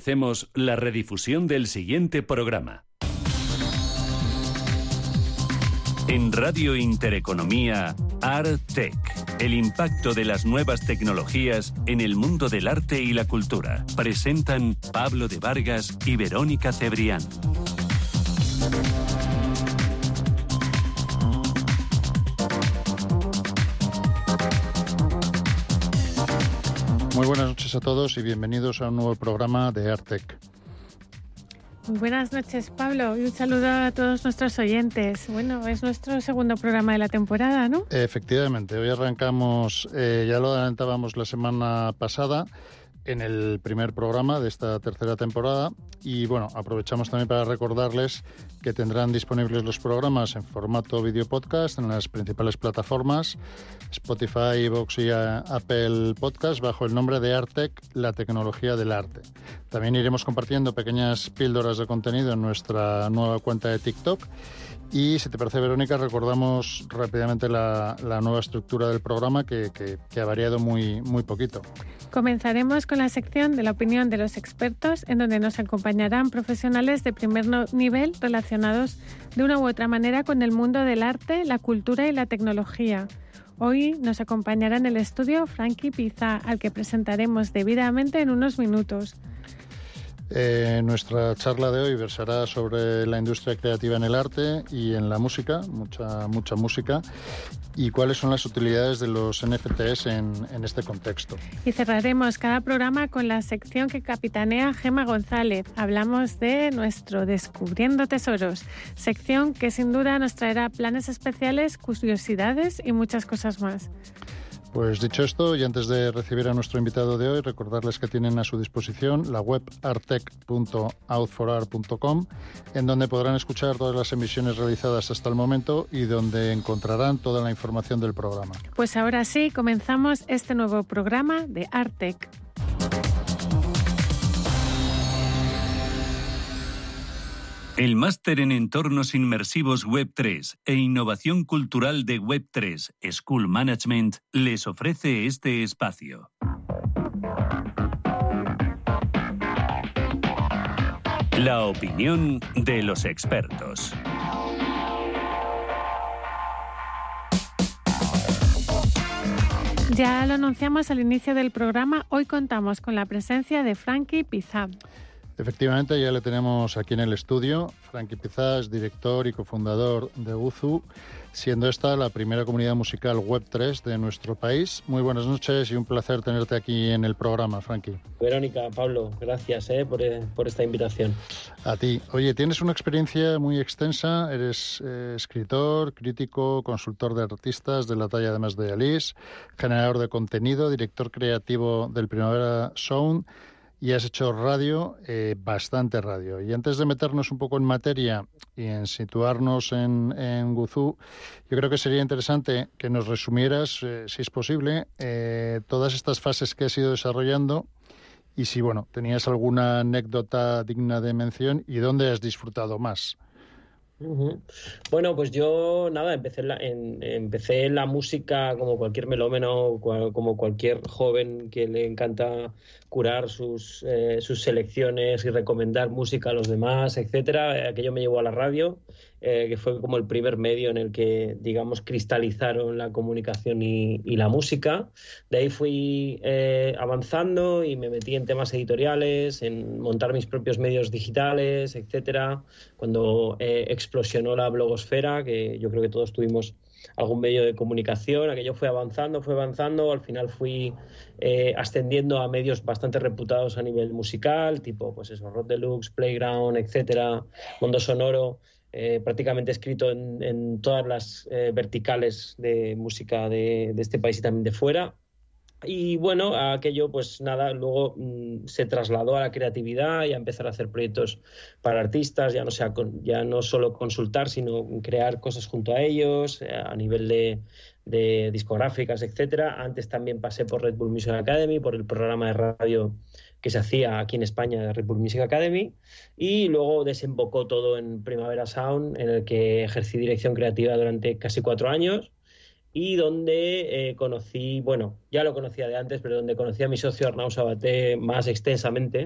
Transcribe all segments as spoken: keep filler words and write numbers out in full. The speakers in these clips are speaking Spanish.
ofrecemos la redifusión del siguiente programa. En Radio Intereconomía, ARTech, el impacto de las nuevas tecnologías en el mundo del arte y la cultura. Presentan Pablo de Vargas y Verónica Cebrián. Muy buenas noches a todos y bienvenidos a un nuevo programa de ARTech. Muy buenas noches, Pablo, y un saludo a todos nuestros oyentes. Bueno, es nuestro segundo programa de la temporada, ¿no? Efectivamente, hoy arrancamos, eh, ya lo adelantábamos la semana pasada, en el primer programa de esta tercera temporada, y bueno, aprovechamos también para recordarles que tendrán disponibles los programas en formato video podcast en las principales plataformas Spotify, iVoox y a, Apple Podcast bajo el nombre de ARTech, la tecnología del arte. También iremos compartiendo pequeñas píldoras de contenido en nuestra nueva cuenta de TikTok. Y si te parece, Verónica, recordamos rápidamente la, la nueva estructura del programa que, que, que ha variado muy, muy poquito. Comenzaremos con la sección de la opinión de los expertos, en donde nos acompañarán profesionales de primer no- nivel relacionados de una u otra manera con el mundo del arte, la cultura y la tecnología. Hoy nos acompañará en el estudio Frankie Pizá, al que presentaremos debidamente en unos minutos. Eh, nuestra charla de hoy versará sobre la industria creativa en el arte y en la música, mucha mucha música, y cuáles son las utilidades de los N F Ts en, en este contexto. Y cerraremos cada programa con la sección que capitanea Gemma González. Hablamos de nuestro Descubriendo Tesoros, sección que sin duda nos traerá planes especiales, curiosidades y muchas cosas más. Pues dicho esto, y antes de recibir a nuestro invitado de hoy, recordarles que tienen a su disposición la web artech punto out for art punto com, en donde podrán escuchar todas las emisiones realizadas hasta el momento y donde encontrarán toda la información del programa. Pues ahora sí, comenzamos este nuevo programa de ARTech. El máster en entornos inmersivos web tres e innovación cultural de web tres School Management les ofrece este espacio. La opinión de los expertos. Ya lo anunciamos al inicio del programa, hoy contamos con la presencia de Frankie Pizá. Efectivamente, ya le tenemos aquí en el estudio. Frankie Pizá es director y cofundador de Guzu, siendo esta la primera comunidad musical web tres de nuestro país. Muy buenas noches y un placer tenerte aquí en el programa, Frankie. Verónica, Pablo, gracias eh, por, por esta invitación. A ti. Oye, tienes una experiencia muy extensa, eres eh, escritor, crítico, consultor de artistas de la talla además de Alice, generador de contenido, director creativo del Primavera Sound, y has hecho radio, eh, bastante radio. Y antes de meternos un poco en materia y en situarnos en, en Guzu, yo creo que sería interesante que nos resumieras, eh, si es posible, eh, todas estas fases que has ido desarrollando y si, bueno, tenías alguna anécdota digna de mención y dónde has disfrutado más. Uh-huh. Bueno, pues yo nada, empecé en, la, en, empecé en la música como cualquier melómeno, cual, como cualquier joven que le encanta curar sus, eh, sus selecciones y recomendar música a los demás, etcétera. Aquello me llevó a la radio, eh, que fue como el primer medio en el que, digamos, cristalizaron la comunicación y, y la música. De ahí fui eh, avanzando y me metí en temas editoriales, en montar mis propios medios digitales, etcétera. Cuando eh, explosionó la blogosfera, que yo creo que todos tuvimos algún medio de comunicación, aquello fue avanzando, fue avanzando, al final fui eh, ascendiendo a medios bastante reputados a nivel musical, tipo, pues eso, Rock Deluxe, Playground, etcétera, Mundo Sonoro, eh, prácticamente escrito en, en todas las eh, verticales de música de, de este país y también de fuera. Y bueno, aquello pues nada, luego mmm, se trasladó a la creatividad y a empezar a hacer proyectos para artistas, ya no, sea con, ya no solo consultar, sino crear cosas junto a ellos, a nivel de, de discográficas, etcétera. Antes también pasé por Red Bull Music Academy, por el programa de radio que se hacía aquí en España de Red Bull Music Academy, y luego desembocó todo en Primavera Sound, en el que ejercí dirección creativa durante casi cuatro años. Y donde eh, conocí, bueno, ya lo conocía de antes, pero donde conocí a mi socio Arnau Sabaté más extensamente,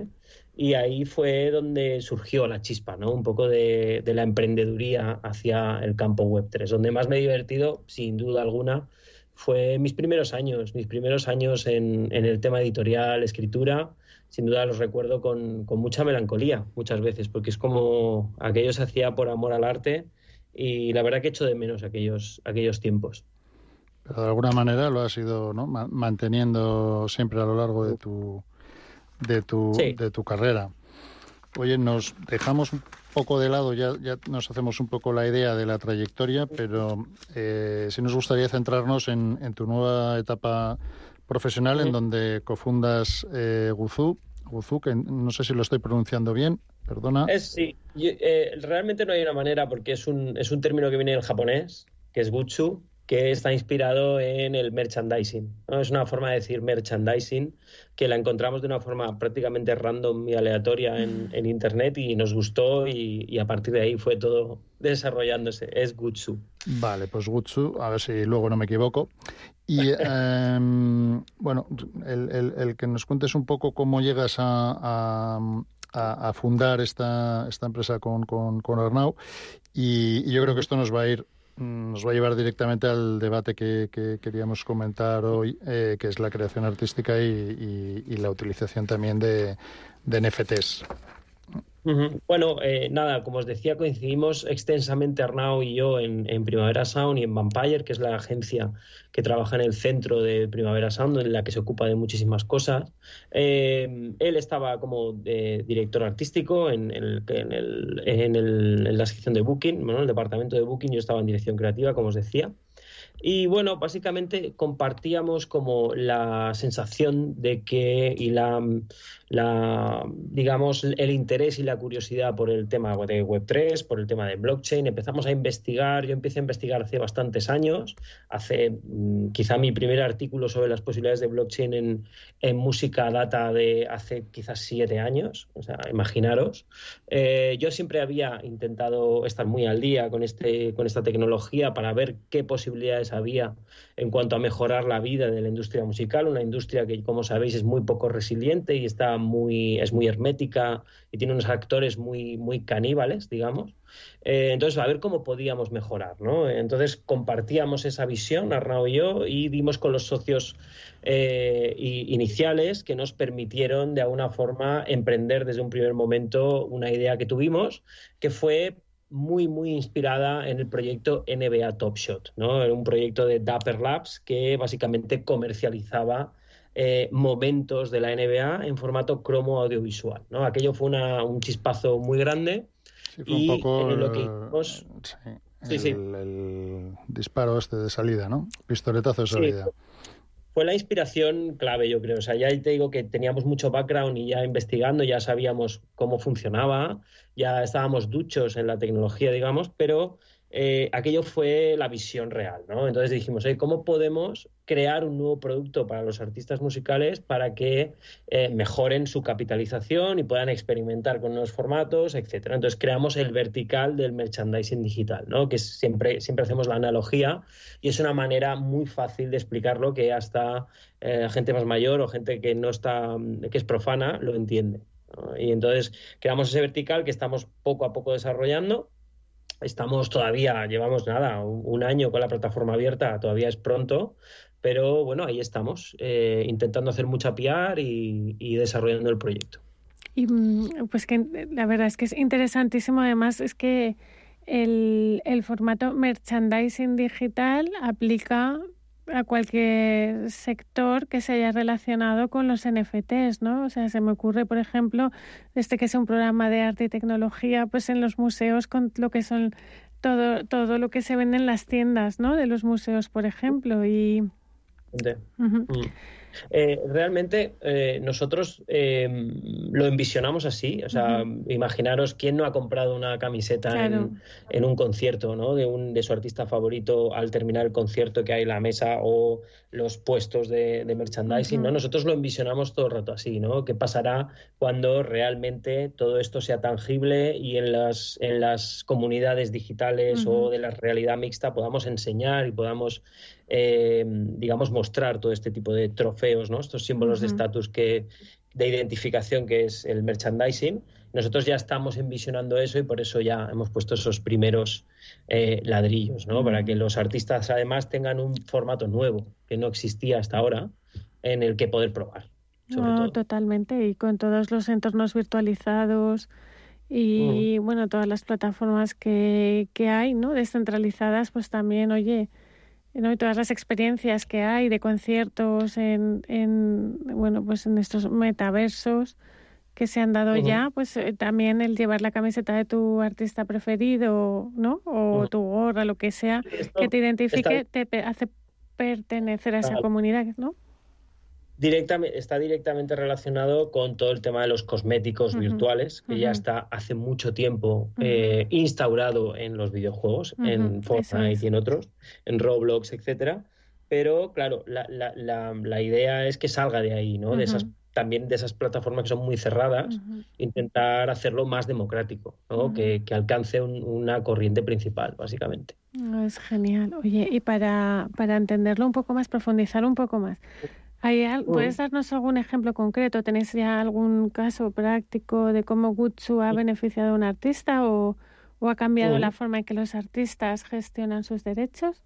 y ahí fue donde surgió la chispa, ¿no? Un poco de, de la emprendeduría hacia el campo web tres. Donde más me he divertido, sin duda alguna, fue mis primeros años, mis primeros años en, en el tema editorial, escritura. Sin duda los recuerdo con, con mucha melancolía muchas veces, porque es como aquello se hacía por amor al arte y la verdad que echo de menos aquellos, aquellos tiempos. Pero de alguna manera lo has ido, ¿no?, manteniendo siempre a lo largo de tu, de tu, sí. de tu carrera. Oye, nos dejamos un poco de lado, ya, ya nos hacemos un poco la idea de la trayectoria, pero eh, sí nos gustaría centrarnos en, en tu nueva etapa profesional, sí. en donde cofundas eh, Guzú, Guzú, que no sé si lo estoy pronunciando bien, perdona. Es, sí, Yo, eh, realmente no hay una manera, porque es un, es un término que viene del japonés, que es Gutsu, que está inspirado en el merchandising, ¿no? Es una forma de decir merchandising que la encontramos de una forma prácticamente random y aleatoria en, en Internet y nos gustó y, y a partir de ahí fue todo desarrollándose. Es Gutsu. Vale, pues Gutsu, a ver si luego no me equivoco. Y eh, bueno, el, el, el que nos cuentes un poco cómo llegas a, a, a, a fundar esta, esta empresa con, con, con Arnau y, y yo creo que esto nos va a ir nos va a llevar directamente al debate que, que queríamos comentar hoy, eh, que es la creación artística y, y, y la utilización también de, de N F Ts. Uh-huh. Bueno, eh, nada, como os decía, coincidimos extensamente Arnau y yo en, en Primavera Sound y en Vampire, que es la agencia que trabaja en el centro de Primavera Sound, en la que se ocupa de muchísimas cosas. Eh, él estaba como eh, director artístico en, el, en, el, en, el, en la sección de Booking, bueno, el departamento de Booking, yo estaba en dirección creativa, como os decía. Y bueno, básicamente compartíamos como la sensación de que y la, la digamos el interés y la curiosidad por el tema de web tres, por el tema de blockchain. Empezamos a investigar, yo empecé a investigar hace bastantes años, hace quizá mi primer artículo sobre las posibilidades de blockchain en, en música data de hace quizás siete años, o sea, imaginaros. Eh, yo siempre había intentado estar muy al día con, este, con esta tecnología para ver qué posibilidades había en cuanto a mejorar la vida de la industria musical, una industria que, como sabéis, es muy poco resiliente y está muy, es muy hermética y tiene unos actores muy, muy caníbales, digamos. Eh, entonces, a ver cómo podíamos mejorar, ¿no? Entonces, compartíamos esa visión, Arnau y yo, y dimos con los socios eh, y, iniciales que nos permitieron, de alguna forma, emprender desde un primer momento una idea que tuvimos, que fue muy, muy inspirada en el proyecto N B A Top Shot, ¿no? Era un proyecto de Dapper Labs que básicamente comercializaba eh, momentos de la N B A en formato cromo audiovisual, ¿no? Aquello fue una, un chispazo muy grande. Sí, fue un y poco en lo que hicimos, sí, sí, el, sí. el disparo este de salida, ¿no? Pistoletazo de salida. Sí. Fue la inspiración clave, yo creo. O sea, ya te digo que teníamos mucho background y ya investigando, ya sabíamos cómo funcionaba, ya estábamos duchos en la tecnología, digamos, pero eh, aquello fue la visión real, ¿no? Entonces dijimos, ¿eh? ¿cómo podemos crear un nuevo producto para los artistas musicales para que eh, mejoren su capitalización y puedan experimentar con nuevos formatos, etcétera? Entonces creamos el vertical del merchandising digital, ¿no? Que es, siempre, siempre hacemos la analogía y es una manera muy fácil de explicarlo que hasta eh, gente más mayor o gente que no está, que es profana lo entiende, ¿no? Y entonces creamos ese vertical que estamos poco a poco desarrollando. Estamos todavía, llevamos nada, un, un año con la plataforma abierta, todavía es pronto, pero bueno, ahí estamos, eh, intentando hacer mucha P R y, y desarrollando el proyecto. Y pues que la verdad es que es interesantísimo, además es que el, el formato merchandising digital aplica a cualquier sector que se haya relacionado con los N F Ts, ¿no? O sea, se me ocurre, por ejemplo, desde que es un programa de arte y tecnología, pues en los museos con lo que son todo todo lo que se vende en las tiendas, ¿no? De los museos, por ejemplo, y uh-huh. mm. Eh, realmente eh, nosotros eh, lo envisionamos así, o sea, uh-huh. imaginaros quién no ha comprado una camiseta claro. en, en un concierto, ¿no? de, un, de su artista favorito al terminar el concierto, que hay la mesa o los puestos de, de merchandising, uh-huh. ¿no? Nosotros lo envisionamos todo el rato así, ¿no? ¿Qué pasará cuando realmente todo esto sea tangible y en las, en las comunidades digitales uh-huh. o de la realidad mixta podamos enseñar y podamos Eh, digamos, mostrar todo este tipo de trofeos, ¿no? Estos símbolos uh-huh. de estatus que, de identificación que es el merchandising. Nosotros ya estamos envisionando eso y por eso ya hemos puesto esos primeros eh, ladrillos, ¿no? Para que los artistas además tengan un formato nuevo que no existía hasta ahora en el que poder probar. Sobre no, todo. Totalmente, y con todos los entornos virtualizados y uh-huh. bueno, todas las plataformas que, que hay, ¿no? Descentralizadas, pues también, oye, ¿no? Y todas las experiencias que hay de conciertos en, en bueno, pues en estos metaversos que se han dado uh-huh. ya, pues eh, también el llevar la camiseta de tu artista preferido, ¿no? O uh-huh. tu gorra, lo que sea, Esto que te identifique, está... te hace pertenecer a esa uh-huh. comunidad, ¿no? Directamente, está directamente relacionado con todo el tema de los cosméticos uh-huh. virtuales, que uh-huh. ya está hace mucho tiempo uh-huh. eh, instaurado en los videojuegos, uh-huh. en Fortnite es. y en otros, en Roblox, etcétera. Pero, claro, la, la, la, la idea es que salga de ahí, ¿no? Uh-huh. De esas, también de esas plataformas que son muy cerradas, uh-huh. intentar hacerlo más democrático, ¿no? Uh-huh. Que, que alcance un, una corriente principal, básicamente. Es genial. Oye, y para, para entenderlo un poco más, profundizar un poco más, ¿Hay, ¿puedes darnos algún ejemplo concreto? ¿Tenéis ya algún caso práctico de cómo Gutsu ha beneficiado a un artista o, o ha cambiado uh-huh. la forma en que los artistas gestionan sus derechos?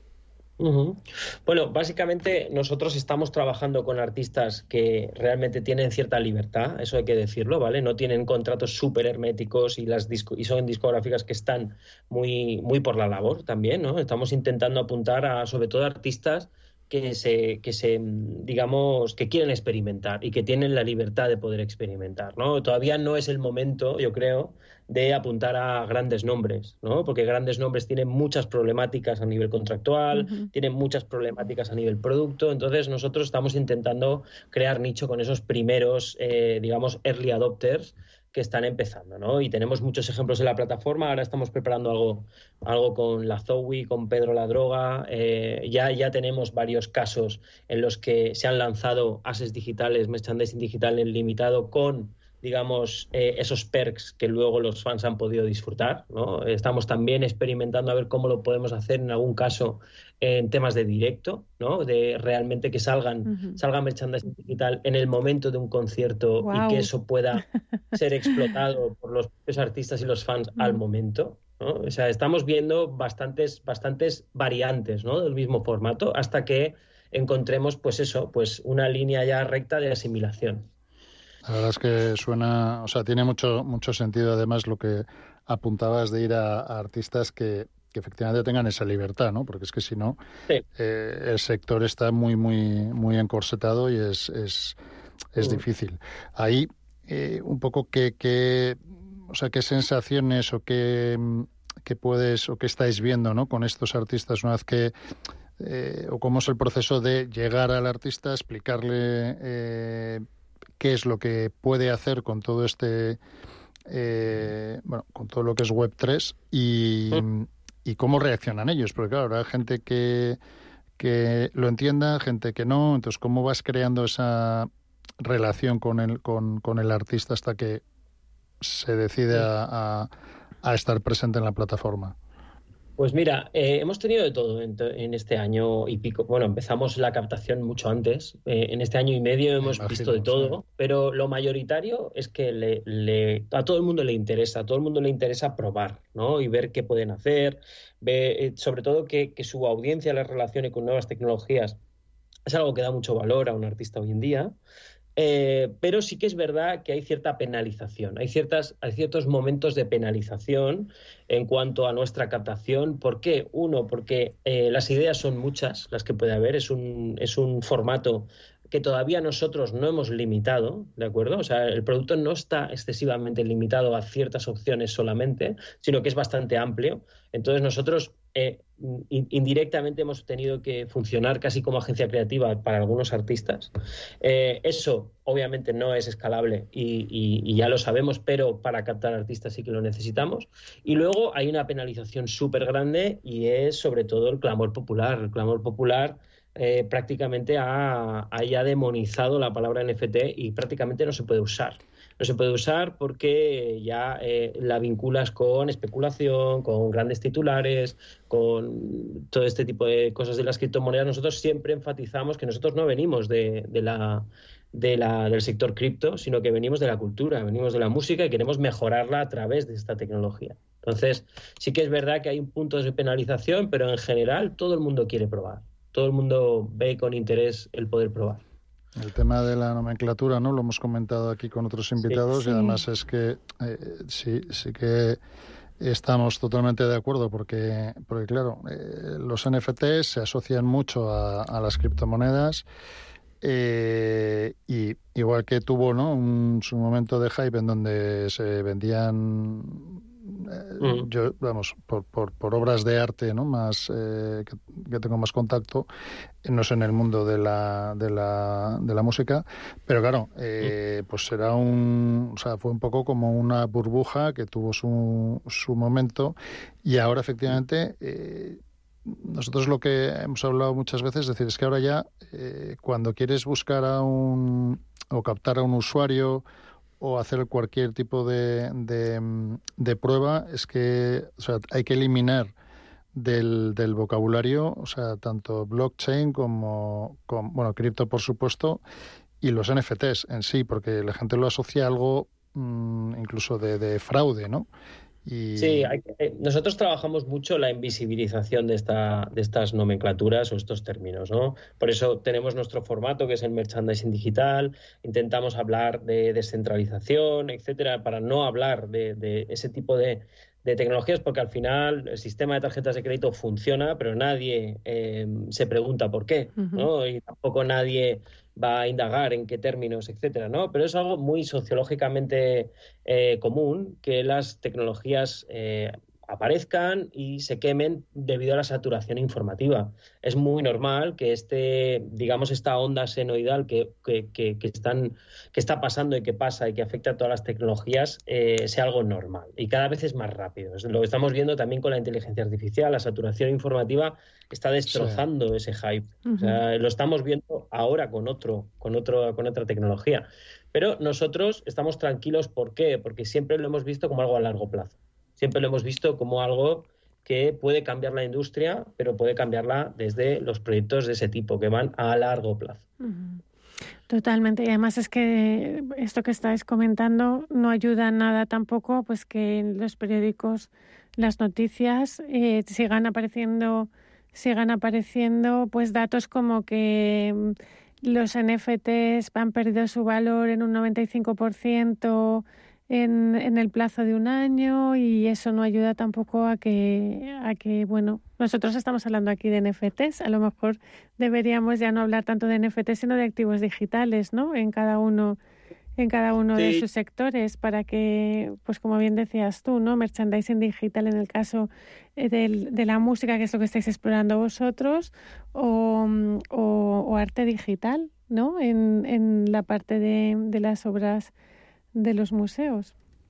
Uh-huh. Bueno, básicamente nosotros estamos trabajando con artistas que realmente tienen cierta libertad, eso hay que decirlo, ¿vale? No tienen contratos súper herméticos y, las disco- y son discográficas que están muy, muy por la labor también, ¿no? Estamos intentando apuntar a, sobre todo, artistas que se, que se, digamos, que quieren experimentar y que tienen la libertad de poder experimentar, ¿no? Todavía no es el momento, yo creo, de apuntar a grandes nombres, ¿no? Porque grandes nombres tienen muchas problemáticas a nivel contractual, uh-huh. tienen muchas problemáticas a nivel producto, entonces nosotros estamos intentando crear nicho con esos primeros, eh, digamos, early adopters que están empezando, ¿no? Y tenemos muchos ejemplos en la plataforma. Ahora estamos preparando algo, algo con la Zoe, con Pedro la Droga. Eh, ya, ya tenemos varios casos en los que se han lanzado assets digitales, merchandising digital en limitado con, digamos, eh, esos perks que luego los fans han podido disfrutar, ¿no? Estamos también experimentando a ver cómo lo podemos hacer en algún caso en temas de directo, ¿no? De realmente que salgan, uh-huh. salga merchandising digital en el momento de un concierto wow. y que eso pueda ser explotado por los propios artistas y los fans uh-huh. al momento, ¿no? O sea, estamos viendo bastantes, bastantes variantes, ¿no? Del mismo formato hasta que encontremos, pues eso, pues una línea ya recta de asimilación. La verdad es que suena, o sea, tiene mucho mucho sentido además lo que apuntabas de ir a, a artistas que, que efectivamente tengan esa libertad, ¿no? Porque es que si no, sí. eh, el sector está muy muy muy encorsetado y es es, es uh. difícil. Ahí eh, un poco qué qué, o sea, qué sensaciones o qué qué puedes o qué estáis viendo, ¿no? Con estos artistas una vez que eh, o cómo es el proceso de llegar al artista, explicarle eh, qué es lo que puede hacer con todo este eh, bueno, con todo lo que es web tres y, y cómo reaccionan ellos, porque claro, habrá gente que, que lo entienda, gente que no, entonces cómo vas creando esa relación con el, con, con el artista hasta que se decide a, a, a estar presente en la plataforma. Pues mira, eh, hemos tenido de todo en, en este año y pico. Bueno, empezamos la captación mucho antes. Eh, en este año y medio hemos imagino, visto de todo, sí. Pero lo mayoritario es que le, le, a todo el mundo le interesa, a todo el mundo le interesa probar, ¿no? Y ver qué pueden hacer, ver, eh, sobre todo que, que su audiencia las relacione con nuevas tecnologías. Es algo que da mucho valor a un artista hoy en día. Eh, pero sí que es verdad que hay cierta penalización, hay, ciertas, hay ciertos momentos de penalización en cuanto a nuestra captación. ¿Por qué? Uno, porque eh, las ideas son muchas, las que puede haber, es un, es un formato que todavía nosotros no hemos limitado, ¿de acuerdo? O sea, el producto no está excesivamente limitado a ciertas opciones solamente, sino que es bastante amplio. Entonces nosotros eh, indirectamente hemos tenido que funcionar casi como agencia creativa para algunos artistas. Eh, eso obviamente no es escalable y, y, y ya lo sabemos, pero para captar artistas sí que lo necesitamos. Y luego hay una penalización súper grande y es sobre todo el clamor popular. El clamor popular eh, prácticamente ha, ha ya demonizado la palabra N F T y prácticamente no se puede usar. No se puede usar porque ya eh, la vinculas con especulación, con grandes titulares, con todo este tipo de cosas de las criptomonedas. Nosotros siempre enfatizamos que nosotros no venimos de, de la, de la, del sector cripto, sino que venimos de la cultura, venimos de la música y queremos mejorarla a través de esta tecnología. Entonces, sí que es verdad que hay un punto de penalización, pero en general todo el mundo quiere probar. Todo el mundo ve con interés el poder probar. El tema de la nomenclatura, ¿no? Lo hemos comentado aquí con otros invitados, sí, y además sí. es que eh, sí, sí que estamos totalmente de acuerdo porque, porque claro, eh, los N F Ts se asocian mucho a, a las criptomonedas. Eh, y igual que tuvo, ¿no?, un su momento de hype en donde se vendían eh, mm. yo vamos por, por, por obras de arte, ¿no?, más eh, que, que tengo más contacto, no sé, en el mundo de la de la, de la música, pero claro, eh, mm. pues será un, o sea, fue un poco como una burbuja que tuvo su, su momento y ahora efectivamente eh, nosotros lo que hemos hablado muchas veces es decir, es que ahora ya eh, cuando quieres buscar a un o captar a un usuario o hacer cualquier tipo de, de, de prueba, es que, o sea, hay que eliminar del, del vocabulario, o sea, tanto blockchain como, como bueno, cripto por supuesto, y los N F Ts en sí, porque la gente lo asocia a algo mmm, incluso de, de fraude, ¿no? Y... Sí, hay, nosotros trabajamos mucho la invisibilización de, esta, de estas nomenclaturas o estos términos, ¿no? Por eso tenemos nuestro formato que es el merchandising digital, intentamos hablar de descentralización, etcétera, para no hablar de, de ese tipo de, de tecnologías, porque al final el sistema de tarjetas de crédito funciona, pero nadie eh, se pregunta por qué, ¿no? Uh-huh. Y tampoco nadie va a indagar en qué términos, etcétera, ¿no? Pero es algo muy sociológicamente eh, común que las tecnologías eh, aparezcan y se quemen debido a la saturación informativa. Es muy normal que este, digamos, esta onda senoidal que, que, que, que, están, que está pasando y que pasa y que afecta a todas las tecnologías eh, sea algo normal y cada vez es más rápido. Lo estamos viendo también con la inteligencia artificial, la saturación informativa está destrozando sí. ese hype. Uh-huh. O sea, lo estamos viendo ahora con otro, con otro, con otra tecnología. Pero nosotros estamos tranquilos, ¿por qué? Porque siempre lo hemos visto como algo a largo plazo. Siempre lo hemos visto como algo que puede cambiar la industria, pero puede cambiarla desde los proyectos de ese tipo, que van a largo plazo. Uh-huh. Totalmente. Y además es que esto que estáis comentando no ayuda nada tampoco, pues que en los periódicos las noticias eh, sigan apareciendo, sigan apareciendo pues datos como que los N F Ts han perdido su valor en un noventa y cinco por ciento En, en el plazo de un año y eso no ayuda tampoco a que, a que, bueno, nosotros estamos hablando aquí de N F Ts, a lo mejor deberíamos ya no hablar tanto de N F Ts sino de activos digitales, ¿no? En cada uno, en cada uno sí. de sus sectores para que, pues como bien decías tú, ¿no? Merchandising digital en el caso de, de la música, que es lo que estáis explorando vosotros, o, o, o arte digital, ¿no? En, en la parte de, de las obras de los museos.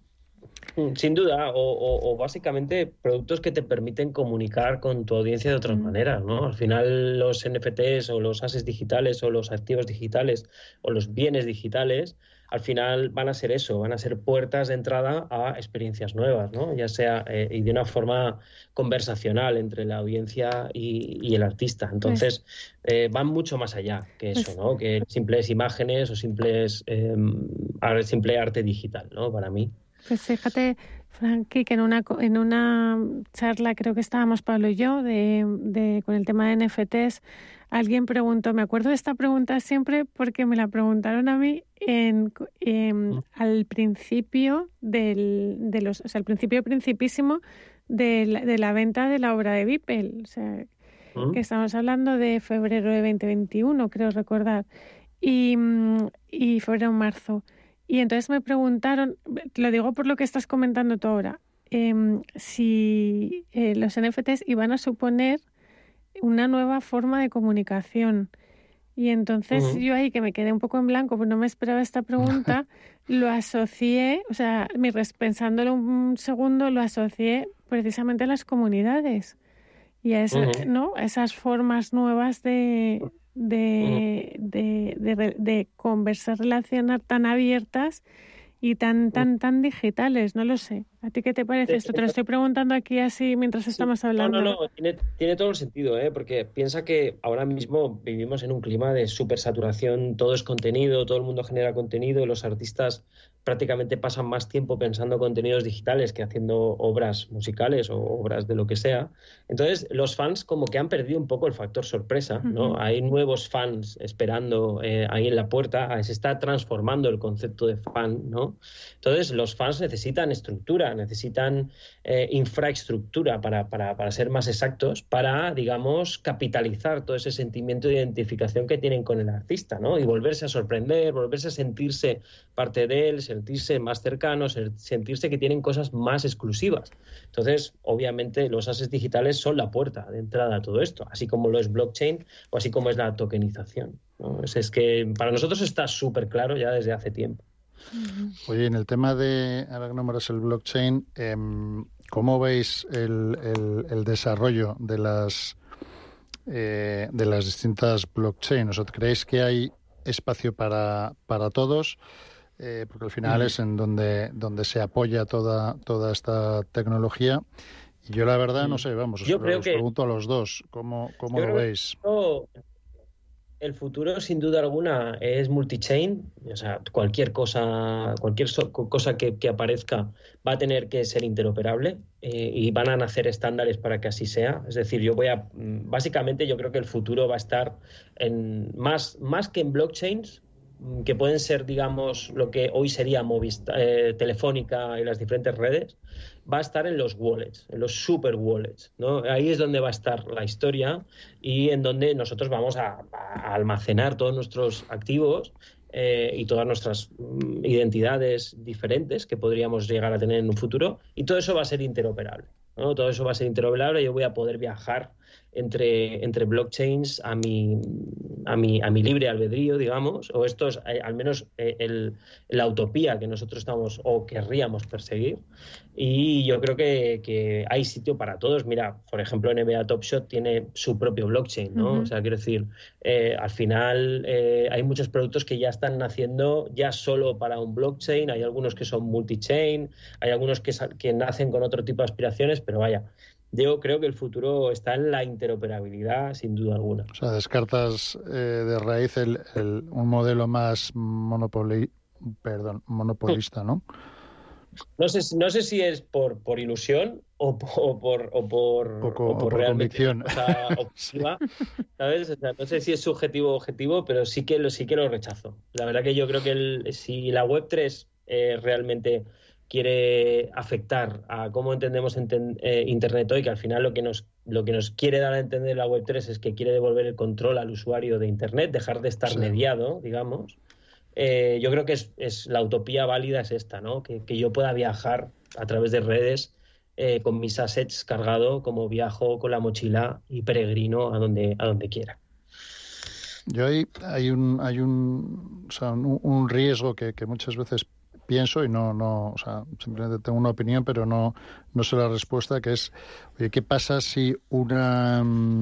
Sin duda, o, o, o básicamente productos que te permiten comunicar con tu audiencia de otras mm. maneras, ¿no? Al final los N F Ts o los assets digitales o los activos digitales o los bienes digitales, al final van a ser eso, van a ser puertas de entrada a experiencias nuevas, ¿no? Ya sea eh, y de una forma conversacional entre la audiencia y, y el artista. Entonces, pues, eh, van mucho más allá que eso, pues, ¿no? Que simples imágenes o simples eh, simple arte digital, ¿no? Para mí. Pues fíjate, Frankie, que en una en una charla, creo que estábamos Pablo y yo, de, de con el tema de N F Ts, alguien preguntó, me acuerdo de esta pregunta siempre porque me la preguntaron a mí en, en, al principio del, de los, o sea, al principio principísimo de la, de la venta de la obra de Beeple, o sea, ¿Mm? que estamos hablando de febrero de veinte veintiuno, creo recordar, y, y febrero marzo. Y entonces me preguntaron, lo digo por lo que estás comentando tú ahora, eh, si eh, los N F Ts iban a suponer una nueva forma de comunicación. Y entonces uh-huh. yo ahí, que me quedé un poco en blanco, pues no me esperaba esta pregunta, lo asocié, o sea, mi, pensándolo un segundo, lo asocié precisamente a las comunidades y a, esa, uh-huh. ¿no? a esas formas nuevas de... De, de, de, de conversar, relacionar tan abiertas y tan, tan, tan digitales, no lo sé. ¿A ti qué te parece esto? Te lo estoy preguntando aquí así mientras estamos hablando. No, no, no, tiene, tiene todo el sentido, ¿eh? Porque piensa que ahora mismo vivimos en un clima de supersaturación, todo es contenido, todo el mundo genera contenido, los artistas prácticamente pasan más tiempo pensando contenidos digitales que haciendo obras musicales o obras de lo que sea. Entonces, los fans como que han perdido un poco el factor sorpresa, ¿no? Uh-huh. Hay nuevos fans esperando eh, ahí en la puerta, se está transformando el concepto de fan, ¿no? Entonces, los fans necesitan estructura, necesitan eh, infraestructura, para, para, para ser más exactos, para, digamos, capitalizar todo ese sentimiento de identificación que tienen con el artista, ¿no? Y volverse a sorprender, volverse a sentirse parte de él, sentirse más cercanos, sentirse que tienen cosas más exclusivas. Entonces, obviamente, los assets digitales son la puerta de entrada a todo esto, así como lo es blockchain o así como es la tokenización, ¿no? Es, es que para nosotros está súper claro ya desde hace tiempo. Oye, en el tema de, ahora que nombras el blockchain, eh, ¿cómo veis el, el, el desarrollo de las eh, de las distintas blockchains? ¿O creéis que hay espacio para, para todos? Eh, porque al final mm. es en donde, donde se apoya toda, toda esta tecnología. Y yo la verdad, mm. no sé, vamos, os, yo creo os que, pregunto a los dos, ¿cómo, cómo lo veis? Esto... El futuro, sin duda alguna, es multi-chain. O sea, cualquier cosa, cualquier so- cosa que, que aparezca va a tener que ser interoperable eh, y van a nacer estándares para que así sea. Es decir, yo voy a... Básicamente, yo creo que el futuro va a estar en más, más que en blockchains, que pueden ser, digamos, lo que hoy sería Movistar, eh, Telefónica y las diferentes redes, va a estar en los wallets, en los super wallets, ¿no? Ahí es donde va a estar la historia y en donde nosotros vamos a, a almacenar todos nuestros activos eh, y todas nuestras mm, identidades diferentes que podríamos llegar a tener en un futuro, y todo eso va a ser interoperable, ¿no? Todo eso va a ser interoperable. Yo voy a poder viajar entre, entre blockchains a mi, a, mi, a mi libre albedrío, digamos, o esto es eh, al menos eh, el, la utopía que nosotros estamos o querríamos perseguir. Y yo creo que, que hay sitio para todos. Mira, por ejemplo, N B A Top Shot tiene su propio blockchain, ¿no? Uh-huh. O sea, quiero decir, eh, al final eh, hay muchos productos que ya están naciendo ya solo para un blockchain, hay algunos que son multi-chain, hay algunos que, que nacen con otro tipo de aspiraciones, pero vaya, yo creo que el futuro está en la interoperabilidad, sin duda alguna. O sea, descartas eh, de raíz el, el, un modelo más monopoli, perdón, monopolista, ¿no? No sé, no sé si es por, por ilusión o por, o por, o por, Poco, o por, o por convicción. O sea, objetiva, ¿sabes? O sea, no sé si es subjetivo o objetivo, pero sí que lo, sí que lo rechazo. La verdad que yo creo que el, si la web tres eh, realmente quiere afectar a cómo entendemos enten, eh, Internet hoy, que al final lo que nos lo que nos quiere dar a entender la web tres es que quiere devolver el control al usuario de Internet, dejar de estar sí. mediado, digamos. Eh, yo creo que es, es la utopía válida es esta, ¿no? Que, que yo pueda viajar a través de redes eh, con mis assets cargado, como viajo con la mochila y peregrino a donde, a donde quiera. Yo ahí hay un hay un, o sea, un, un riesgo que, que muchas veces pienso y no no o sea, simplemente tengo una opinión, pero no no sé la respuesta, que es, oye, ¿qué pasa si una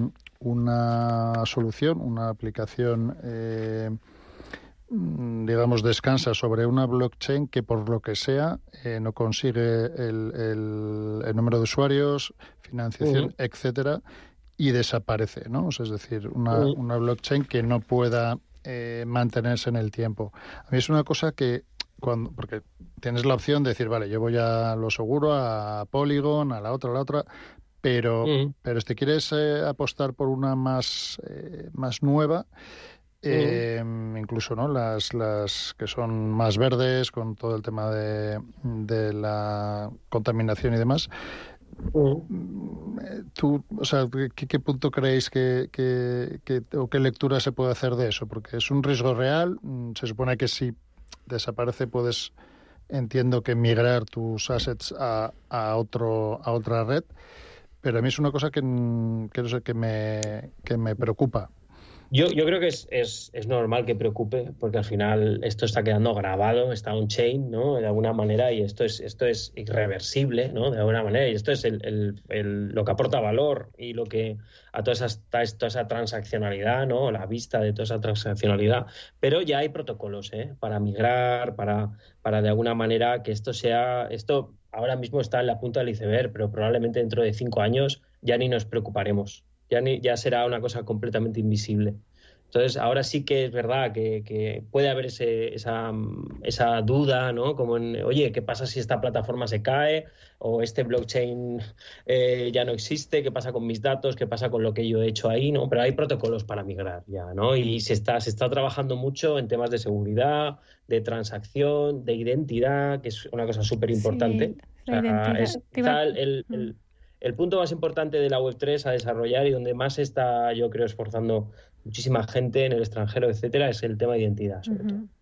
una solución, una aplicación eh, digamos, descansa sobre una blockchain que por lo que sea eh, no consigue el, el, el número de usuarios, financiación, uh-huh. etcétera, y desaparece, ¿no? O sea, es decir, una, uh-huh. una blockchain que no pueda eh, mantenerse en el tiempo. A mí es una cosa que, cuando porque tienes la opción de decir, vale, yo voy a lo seguro, a Polygon, a la otra, a la otra, pero, uh-huh. pero si te quieres eh, apostar por una más, eh, más nueva, Eh, uh-huh. incluso, ¿no? Las, las que son más verdes, con todo el tema de, de la contaminación y demás. Uh-huh. Tú, o sea, ¿qué, qué punto creéis que, que, que o qué lectura se puede hacer de eso? Porque es un riesgo real. Se supone que si desaparece puedes, entiendo que migrar tus assets a, a otro a otra red, pero a mí es una cosa que, que no sé, que me que me preocupa. Yo, yo creo que es, es, es normal que preocupe, porque al final esto está quedando grabado, está on-chain, ¿no? De alguna manera, y esto es, esto es irreversible, ¿no? De alguna manera, y esto es el, el, el, lo que aporta valor y lo que a toda esa, toda esa transaccionalidad, ¿no? La vista de toda esa transaccionalidad. Pero ya hay protocolos, ¿eh? Para migrar, para, para de alguna manera que esto sea... Esto ahora mismo está en la punta del iceberg, pero probablemente dentro de cinco años ya ni nos preocuparemos. Ya, ni, ya será una cosa completamente invisible. Entonces, ahora sí que es verdad que, que puede haber ese, esa, esa duda, ¿no? Como en, oye, ¿qué pasa si esta plataforma se cae? O este blockchain eh, ya no existe, ¿qué pasa con mis datos? ¿Qué pasa con lo que yo he hecho ahí? ¿No? Pero hay protocolos para migrar ya, ¿no? Y se está, se está trabajando mucho en temas de seguridad, de transacción, de identidad, que es una cosa súper importante. Sí, o sea, es quizá el... el, el El punto más importante de la web tres a desarrollar y donde más está, yo creo, esforzando muchísima gente en el extranjero, etcétera, es el tema de identidad, sobre uh-huh. todo.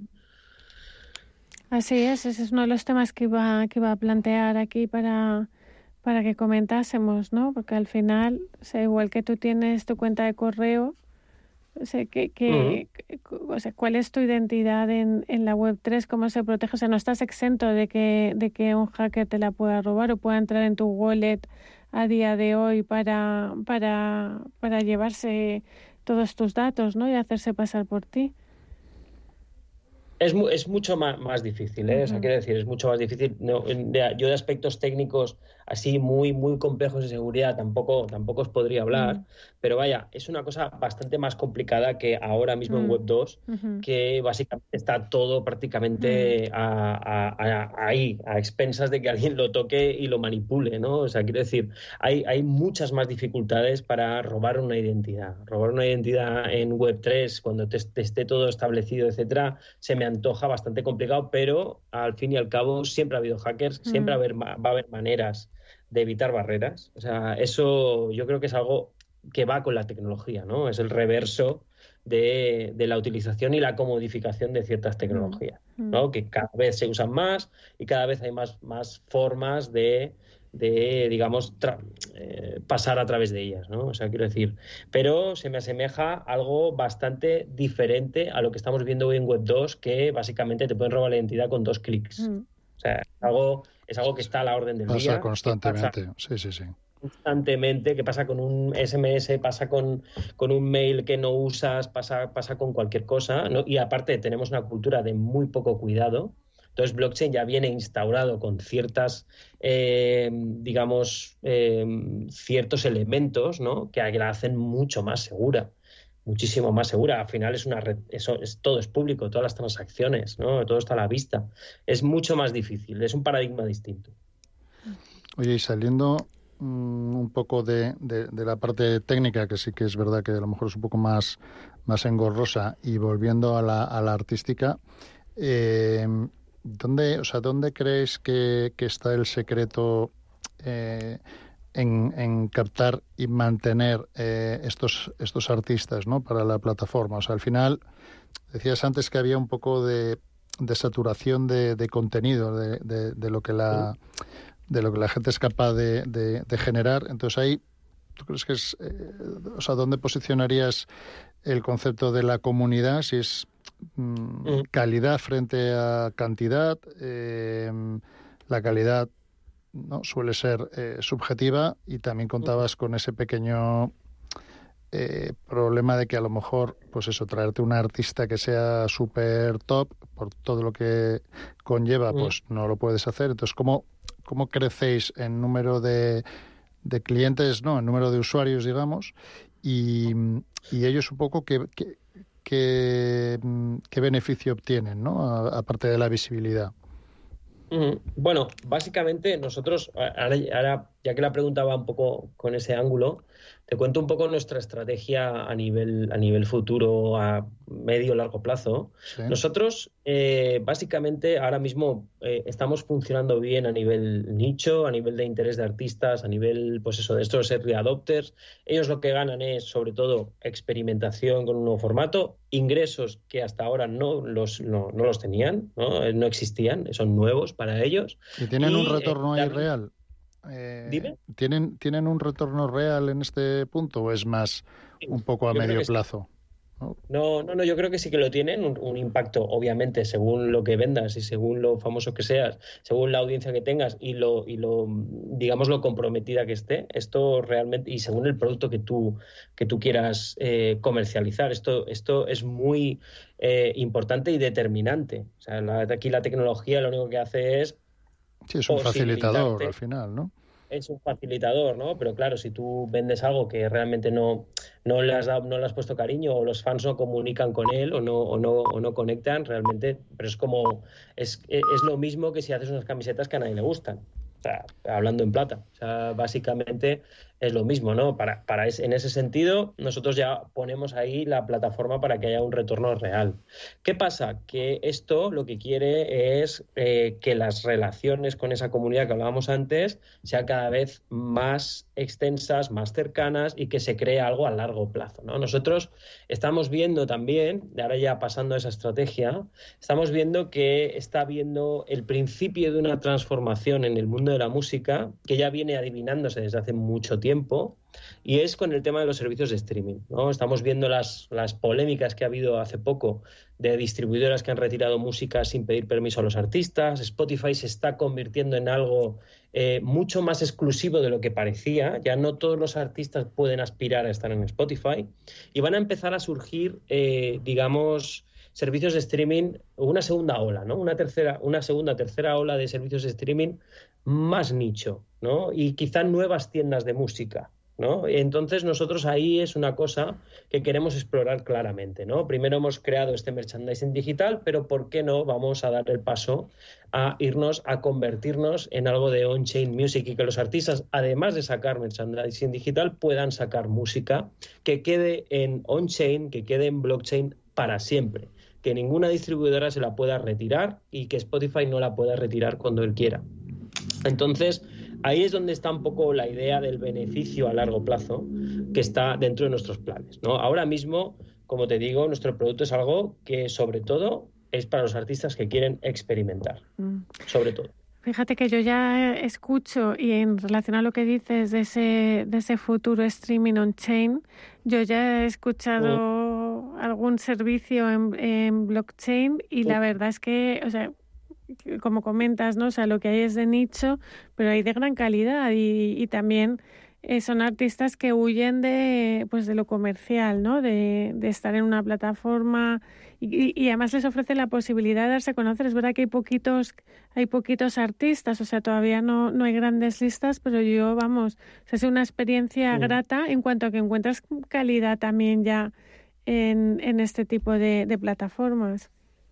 Así es, ese es uno de los temas que iba, que iba a plantear aquí para, para que comentásemos, ¿no? Porque al final, o sea, igual que tú tienes tu cuenta de correo, o sea, que, que, uh-huh. o sea, ¿cuál es tu identidad en, en la web tres? ¿Cómo se protege? O sea, no estás exento de que, de que un hacker te la pueda robar o pueda entrar en tu wallet a día de hoy para, para, para llevarse todos tus datos, ¿no? Y hacerse pasar por ti. Es, es mucho más, más difícil, ¿eh? Uh-huh. O sea, quiero decir, es mucho más difícil. No, de, yo de aspectos técnicos así muy, muy complejos de seguridad tampoco, tampoco os podría hablar, uh-huh. pero vaya, es una cosa bastante más complicada que ahora mismo uh-huh. en web dos, uh-huh. que básicamente está todo prácticamente uh-huh. a, a, a, ahí, a expensas de que alguien lo toque y lo manipule, ¿no? O sea, quiero decir, hay, hay muchas más dificultades para robar una identidad. Robar una identidad en web tres, cuando te, te esté todo establecido, etcétera, se me antoja bastante complicado, pero al fin y al cabo siempre ha habido hackers, mm. siempre va a, haber, va a haber maneras de evitar barreras. O sea, eso yo creo que es algo que va con la tecnología, ¿no? Es el reverso de, de la utilización y la comodificación de ciertas tecnologías, mm. ¿no? Que cada vez se usan más y cada vez hay más, más formas de... de, digamos, tra- eh, pasar a través de ellas, ¿no? O sea, quiero decir, pero se me asemeja a algo bastante diferente a lo que estamos viendo hoy en web dos, que básicamente te pueden robar la identidad con dos clics. Mm. O sea, es algo, es algo que está a la orden del pasa día. Pasa constantemente, sí, sí, sí. Constantemente, que pasa con un ese eme ese, pasa con, con un mail que no usas, pasa, pasa con cualquier cosa, ¿no? Y aparte tenemos una cultura de muy poco cuidado. Entonces, blockchain ya viene instaurado con ciertas, eh, digamos, eh, ciertos elementos, ¿no? Que la hacen mucho más segura, muchísimo más segura. Al final es una red, eso es, todo es público, todas las transacciones, ¿no? Todo está a la vista. Es mucho más difícil, es un paradigma distinto. Oye, y saliendo mmm, un poco de, de, de la parte técnica, que sí que es verdad que a lo mejor es un poco más, más engorrosa, y volviendo a la, a la artística, eh, ¿Dónde, o sea, ¿dónde creéis que, que está el secreto eh, en, en captar y mantener eh, estos, estos artistas, ¿no? Para la plataforma? O sea, al final, decías antes que había un poco de, de saturación de, de contenido, de, de, de, lo que la, de lo que la gente es capaz de, de, de generar. Entonces ahí, ¿tú crees que es, eh, o sea, dónde posicionarías el concepto de la comunidad? Si es mm, calidad frente a cantidad, eh, la calidad no suele ser eh, subjetiva, y también contabas con ese pequeño eh, problema de que a lo mejor, pues eso, traerte una artista que sea súper top, por todo lo que conlleva, pues no lo puedes hacer. Entonces, ¿cómo, cómo crecéis en número de, de clientes, no, en número de usuarios, digamos, y, y ellos un poco que, que, que, qué beneficio obtienen, ¿no? A, aparte de la visibilidad. Bueno, básicamente nosotros, ahora, ahora ya que la pregunta va un poco con ese ángulo, te cuento un poco nuestra estrategia a nivel, a nivel futuro, a medio largo plazo. Sí. Nosotros, eh, básicamente, ahora mismo eh, estamos funcionando bien a nivel nicho, a nivel de interés de artistas, a nivel, pues eso, de estos early adopters. Ellos lo que ganan es, sobre todo, experimentación con un nuevo formato, ingresos que hasta ahora no los, no, no los tenían, ¿no? no existían, son nuevos para ellos. ¿Y tienen y, un retorno eh, ahí real? Eh, ¿Dime? ¿tienen, ¿Tienen un retorno real en este punto o es más un poco a Yo medio creo plazo? ¿no? No, no, no, yo creo que sí que lo tienen, un, un impacto, obviamente, según lo que vendas y según lo famoso que seas, según la audiencia que tengas y lo, y lo, digamos, lo comprometida que esté, esto realmente, y según el producto que tú, que tú quieras eh, comercializar, esto, esto es muy eh, importante y determinante. O sea, la, aquí la tecnología lo único que hace es Sí, es un facilitador al final, ¿no? Es un facilitador, ¿no? Pero claro, si tú vendes algo que realmente no, no, le has dado, no le has puesto cariño, o los fans no comunican con él o no, o no, o no conectan, realmente, pero es como, es, es lo mismo que si haces unas camisetas que a nadie le gustan. O sea, hablando en plata. O sea, básicamente es lo mismo, ¿no? Para, para es, en ese sentido, nosotros ya ponemos ahí la plataforma para que haya un retorno real. ¿Qué pasa? Que esto lo que quiere es eh, que las relaciones con esa comunidad que hablábamos antes sean cada vez más extensas, más cercanas y que se cree algo a largo plazo, ¿no? Nosotros estamos viendo también, ahora ya pasando a esa estrategia, estamos viendo que está habiendo el principio de una transformación en el mundo de la música que ya viene adivinándose desde hace mucho tiempo, y es con el tema de los servicios de streaming, ¿no? Estamos viendo las, las polémicas que ha habido hace poco de distribuidoras que han retirado música sin pedir permiso a los artistas. Spotify se está convirtiendo en algo eh, mucho más exclusivo de lo que parecía. Ya no todos los artistas pueden aspirar a estar en Spotify, y van a empezar a surgir, eh, digamos, servicios de streaming, una segunda ola, ¿no? Una tercera, una segunda, tercera ola de servicios de streaming más nicho, ¿no? Y quizá nuevas tiendas de música, ¿no? Entonces nosotros ahí es una cosa que queremos explorar claramente, ¿no? Primero hemos creado este merchandising digital, pero ¿por qué no vamos a dar el paso a irnos a convertirnos en algo de on-chain music, y que los artistas, además de sacar merchandising digital, puedan sacar música que quede en on-chain, que quede en blockchain para siempre, que ninguna distribuidora se la pueda retirar y que Spotify no la pueda retirar cuando él quiera. Entonces, ahí es donde está un poco la idea del beneficio a largo plazo que está dentro de nuestros planes, ¿no? Ahora mismo, como te digo, nuestro producto es algo que sobre todo es para los artistas que quieren experimentar, mm. sobre todo. Fíjate que yo ya escucho, y en relación a lo que dices de ese, de ese futuro streaming on-chain, yo ya he escuchado mm. algún servicio en, en blockchain, y mm. la verdad es que, o sea, como comentas, ¿no? O sea, lo que hay es de nicho, pero hay de gran calidad, y, y también eh, son artistas que huyen de, pues, de lo comercial, ¿no? De, de estar en una plataforma, y, y además les ofrece la posibilidad de darse a conocer. Es verdad que hay poquitos, hay poquitos artistas, o sea, todavía no, no hay grandes listas, pero yo, vamos, o sea, es una experiencia sí. grata en cuanto a que encuentras calidad también ya en, en este tipo de, de plataformas.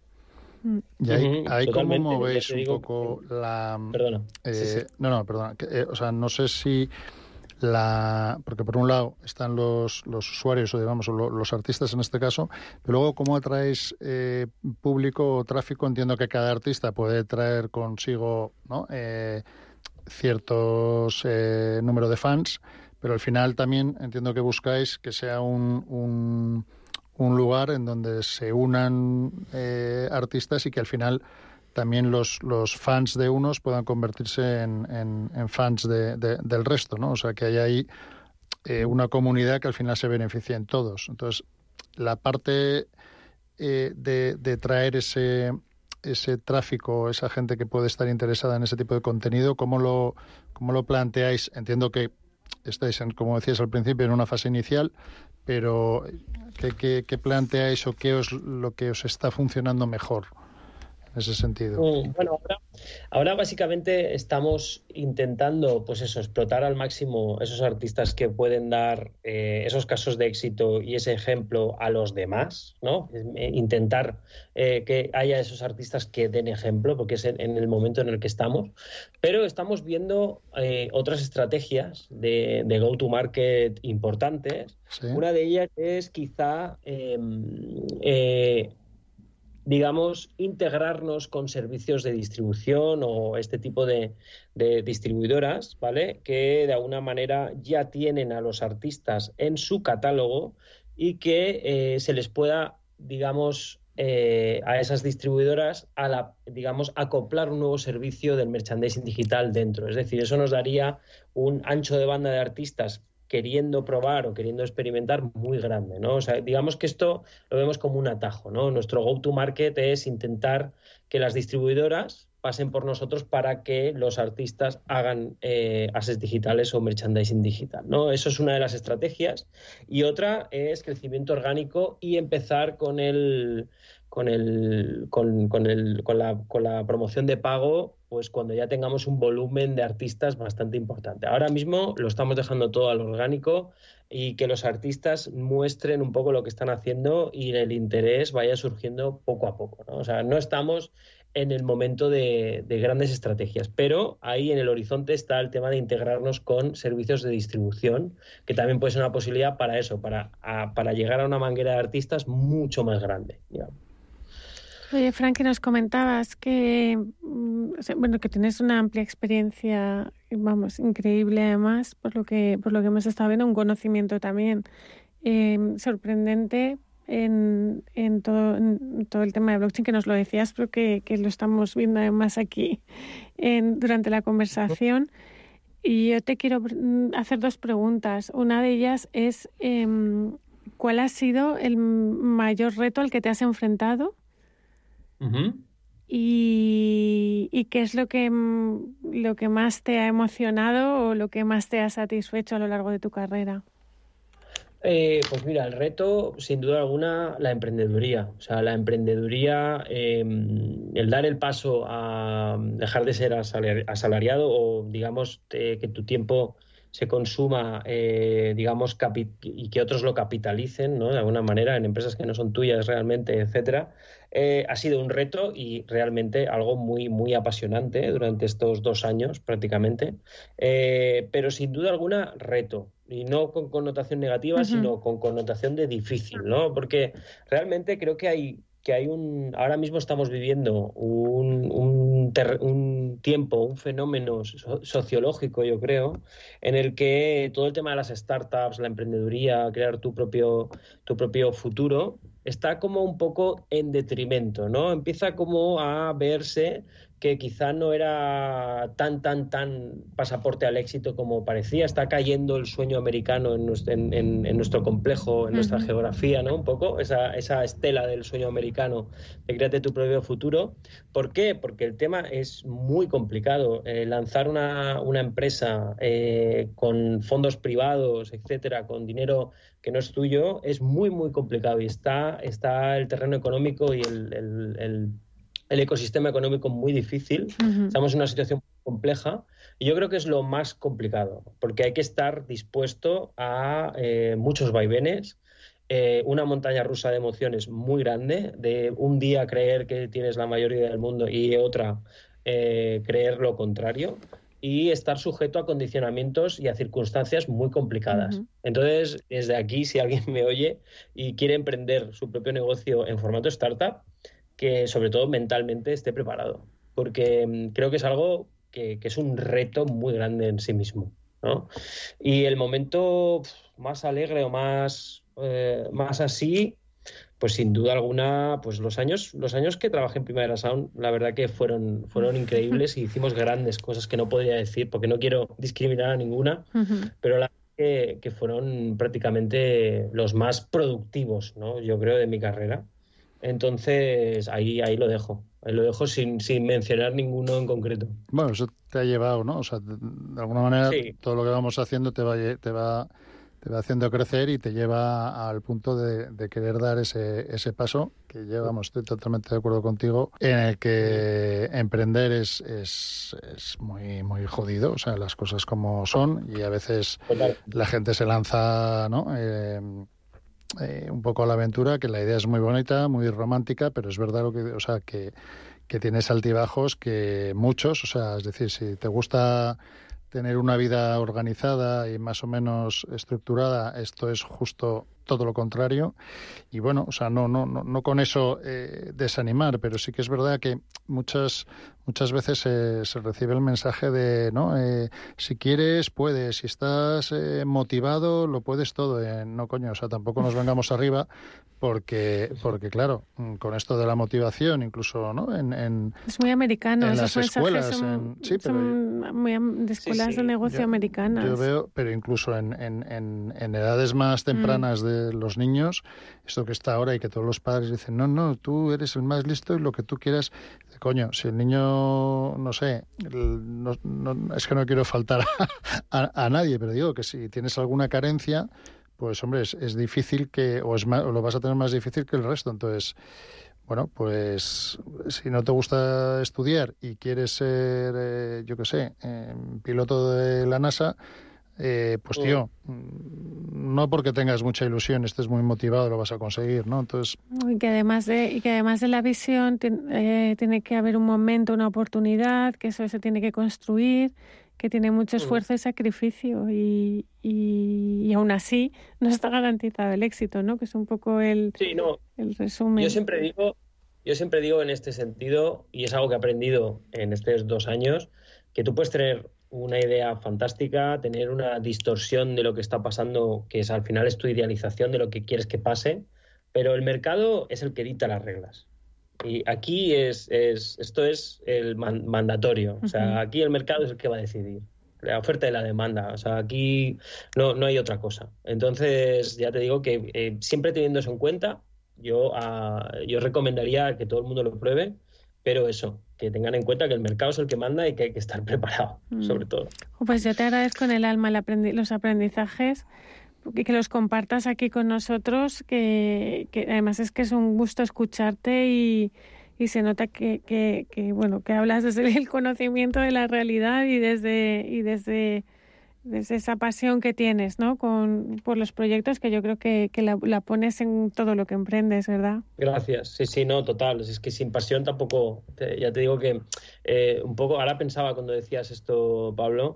Y ahí, ahí cómo movéis un poco la... Perdona. Eh, sí, sí. No, no, perdona. Que, eh, o sea, no sé si la... Porque por un lado están los, los usuarios, o digamos, los, los artistas en este caso, pero luego cómo atraéis eh, público o tráfico. Entiendo que cada artista puede traer consigo, ¿no? Eh, ciertos eh, número de fans, pero al final también entiendo que buscáis que sea un... un un lugar en donde se unan eh, artistas, y que al final también los, los fans de unos puedan convertirse en, en, en fans de, de, del resto, ¿no? O sea, que hay ahí eh, una comunidad que al final se beneficia en todos. Entonces, la parte eh, de, de traer ese, ese tráfico, esa gente que puede estar interesada en ese tipo de contenido, ¿cómo lo, cómo lo planteáis? Entiendo que estáis, en, como decías al principio, en una fase inicial, pero ¿qué, qué, qué planteáis o qué os lo que os está funcionando mejor en ese sentido? Bueno, ahora, ahora básicamente estamos intentando, pues eso, explotar al máximo esos artistas que pueden dar eh, esos casos de éxito y ese ejemplo a los demás, ¿no? Eh, intentar eh, que haya esos artistas que den ejemplo, porque es en, en el momento en el que estamos. Pero estamos viendo eh, otras estrategias de, de go-to-market importantes. Sí. Una de ellas es quizá... Eh, eh, digamos, integrarnos con servicios de distribución o este tipo de, de distribuidoras, ¿vale? Que de alguna manera ya tienen a los artistas en su catálogo y que eh, se les pueda, digamos, eh, a esas distribuidoras, a la, digamos, acoplar un nuevo servicio del merchandising digital dentro. Es decir, eso nos daría un ancho de banda de artistas queriendo probar o queriendo experimentar muy grande, ¿no? O sea, digamos que esto lo vemos como un atajo, ¿no? Nuestro go-to-market es intentar que las distribuidoras pasen por nosotros para que los artistas hagan eh, assets digitales o merchandising digital, ¿no? Eso es una de las estrategias. Y otra es crecimiento orgánico y empezar con el con el con, con el con la con la promoción de pago, pues cuando ya tengamos un volumen de artistas bastante importante. Ahora mismo lo estamos dejando todo al orgánico y que los artistas muestren un poco lo que están haciendo y el interés vaya surgiendo poco a poco, ¿no? O sea, no estamos en el momento de, de grandes estrategias, pero ahí en el horizonte está el tema de integrarnos con servicios de distribución, que también puede ser una posibilidad para eso, para, a, para llegar a una manguera de artistas mucho más grande, digamos. Oye, Frank, que nos comentabas que, bueno, que tienes una amplia experiencia, vamos, increíble además, por lo que, por lo que hemos estado viendo, un conocimiento también eh, sorprendente en, en, todo, en todo el tema de blockchain, que nos lo decías, pero que, que lo estamos viendo además aquí en, durante la conversación. Y yo te quiero hacer dos preguntas. Una de ellas es, eh, ¿cuál ha sido el mayor reto al que te has enfrentado? Uh-huh. Y, y qué es lo que, lo que más te ha emocionado o lo que más te ha satisfecho a lo largo de tu carrera. Eh, pues mira, el reto, sin duda alguna, la emprendeduría. O sea, la emprendeduría, eh, el dar el paso a dejar de ser asalariado o, digamos, eh, que tu tiempo se consuma, eh, digamos, capi- y que otros lo capitalicen, ¿no? De alguna manera, en empresas que no son tuyas realmente, etcétera, eh, ha sido un reto y realmente algo muy, muy apasionante durante estos dos años prácticamente. Eh, pero sin duda alguna, reto. Y no con connotación negativa, uh-huh. sino con connotación de difícil, ¿no? Porque realmente creo que hay que hay un... Ahora mismo estamos viviendo un, un, ter, un tiempo, un fenómeno so, sociológico, yo creo, en el que todo el tema de las startups, la emprendeduría, crear tu propio, tu propio futuro, está como un poco en detrimento, ¿no? Empieza como a verse que quizá no era tan, tan, tan pasaporte al éxito como parecía. Está cayendo el sueño americano en nuestro, en, en, en nuestro complejo, en uh-huh. nuestra geografía, ¿no? Un poco, esa, esa estela del sueño americano de créate tu propio futuro. ¿Por qué? Porque el tema es muy complicado. Eh, lanzar una, una empresa eh, con fondos privados, etcétera, con dinero que no es tuyo, es muy, muy complicado. Y está, está el terreno económico y el... el, el el ecosistema económico muy difícil, uh-huh. estamos en una situación compleja y yo creo que es lo más complicado, porque hay que estar dispuesto a eh, muchos vaivenes, eh, una montaña rusa de emociones muy grande, de un día creer que tienes la mayoría del mundo y otra eh, creer lo contrario, y estar sujeto a condicionamientos y a circunstancias muy complicadas. Uh-huh. Entonces, desde aquí, si alguien me oye y quiere emprender su propio negocio en formato startup, que sobre todo mentalmente esté preparado, porque creo que es algo que, que es un reto muy grande en sí mismo, ¿no? Y el momento más alegre o más, eh, más así, pues sin duda alguna, pues los años, los años que trabajé en Primavera Sound, la verdad que fueron, fueron increíbles y hicimos grandes cosas que no podría decir, porque no quiero discriminar a ninguna, uh-huh. pero la que, que fueron prácticamente los más productivos, ¿no? Yo creo, de mi carrera. Entonces, ahí, ahí lo dejo. Ahí lo dejo sin, sin mencionar ninguno en concreto. Bueno, eso te ha llevado, ¿no? O sea, de alguna manera, sí. todo lo que vamos haciendo te va, te va, te va haciendo crecer y te lleva al punto de, de querer dar ese, ese paso que llevamos. Estoy totalmente de acuerdo contigo, en el que emprender es, es, es muy, muy jodido. O sea, las cosas como son y a veces Total. la gente se lanza, ¿no? Eh, Eh, un poco a la aventura, que la idea es muy bonita, muy romántica, pero es verdad lo que, o sea, que, que tienes altibajos que muchos, o sea, es decir, si te gusta tener una vida organizada y más o menos estructurada, esto es justo todo lo contrario. Y bueno, o sea, no, no, no, no con eso eh, desanimar, pero sí que es verdad que muchas, muchas veces eh, se recibe el mensaje de, ¿no? Eh, si quieres, puedes, si estás eh, motivado, lo puedes todo. Eh, no, coño, o sea, tampoco nos vengamos arriba, porque, porque claro, con esto de la motivación, incluso, ¿no? En, en, es muy americano, en esos las escuelas, son, en, sí, pero son muy de escuelas sí, sí. de negocio yo, americanas. Yo veo, pero incluso en, en, en, en edades más tempranas mm. de los niños, esto que está ahora y que todos los padres dicen, no, no, tú eres el más listo y lo que tú quieras. Coño, si el niño, no sé, no, no, es que no quiero faltar a, a, a nadie, pero digo que si tienes alguna carencia, pues hombre, es, es difícil que, o, es más, o lo vas a tener más difícil que el resto. Entonces, bueno, pues si no te gusta estudiar y quieres ser, eh, yo qué sé, eh, piloto de la NASA, eh, pues tío, no porque tengas mucha ilusión, estés muy motivado, lo vas a conseguir, ¿no? Entonces, y que además de y que además de la visión eh, tiene que haber un momento, una oportunidad, que eso se tiene que construir, que tiene mucho esfuerzo y sacrificio, y, y, y aún así no está garantizado el éxito, ¿no? Que es un poco el, sí, no. el resumen. Yo siempre digo, yo siempre digo en este sentido, y es algo que he aprendido en estos dos años, que tú puedes tener una idea fantástica, tener una distorsión de lo que está pasando, que es al final es tu idealización de lo que quieres que pase, pero el mercado es el que dicta las reglas. Y aquí es, es esto es el man, mandatorio. O sea, aquí el mercado es el que va a decidir. La oferta y la demanda. O sea, aquí no, no hay otra cosa. Entonces, ya te digo que eh, siempre teniendo eso en cuenta, yo, uh, yo recomendaría que todo el mundo lo pruebe, pero eso, que tengan en cuenta que el mercado es el que manda y que hay que estar preparado, mm. sobre todo. Pues yo te agradezco en el alma el aprendi- los aprendizajes, que, que los compartas aquí con nosotros, que, que además es que es un gusto escucharte y, y se nota que, que, que, bueno, que hablas desde el conocimiento de la realidad y desde, y desde, desde esa pasión que tienes, ¿no? Con, por los proyectos, que yo creo que, que la, la pones en todo lo que emprendes, ¿verdad? Gracias. Sí, sí, no, total. Es que sin pasión tampoco, te, ya te digo que eh, un poco, ahora pensaba cuando decías esto, Pablo,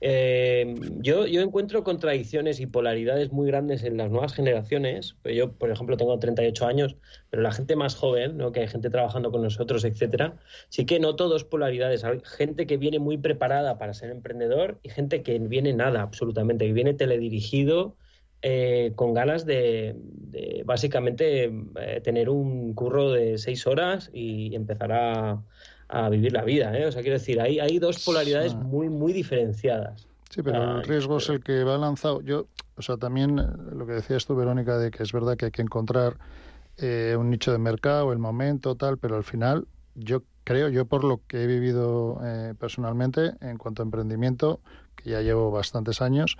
eh, yo, yo encuentro contradicciones y polaridades muy grandes en las nuevas generaciones. Yo, por ejemplo, tengo treinta y ocho años, pero la gente más joven, ¿no? Que hay gente trabajando con nosotros, etcétera, sí que noto dos polaridades. Hay gente que viene muy preparada para ser emprendedor y gente que viene nada, absolutamente, que viene teledirigido, eh, con ganas de, de básicamente eh, tener un curro de seis horas y empezar a... a vivir la vida, ¿eh? O sea, quiero decir, hay, hay dos polaridades muy, muy diferenciadas. Sí, pero ah, el riesgo es el que va lanzado. Yo, o sea, también lo que decías tú, Verónica, de que es verdad que hay que encontrar eh, un nicho de mercado, el momento, tal, pero al final, yo creo, yo por lo que he vivido eh, personalmente en cuanto a emprendimiento, que ya llevo bastantes años,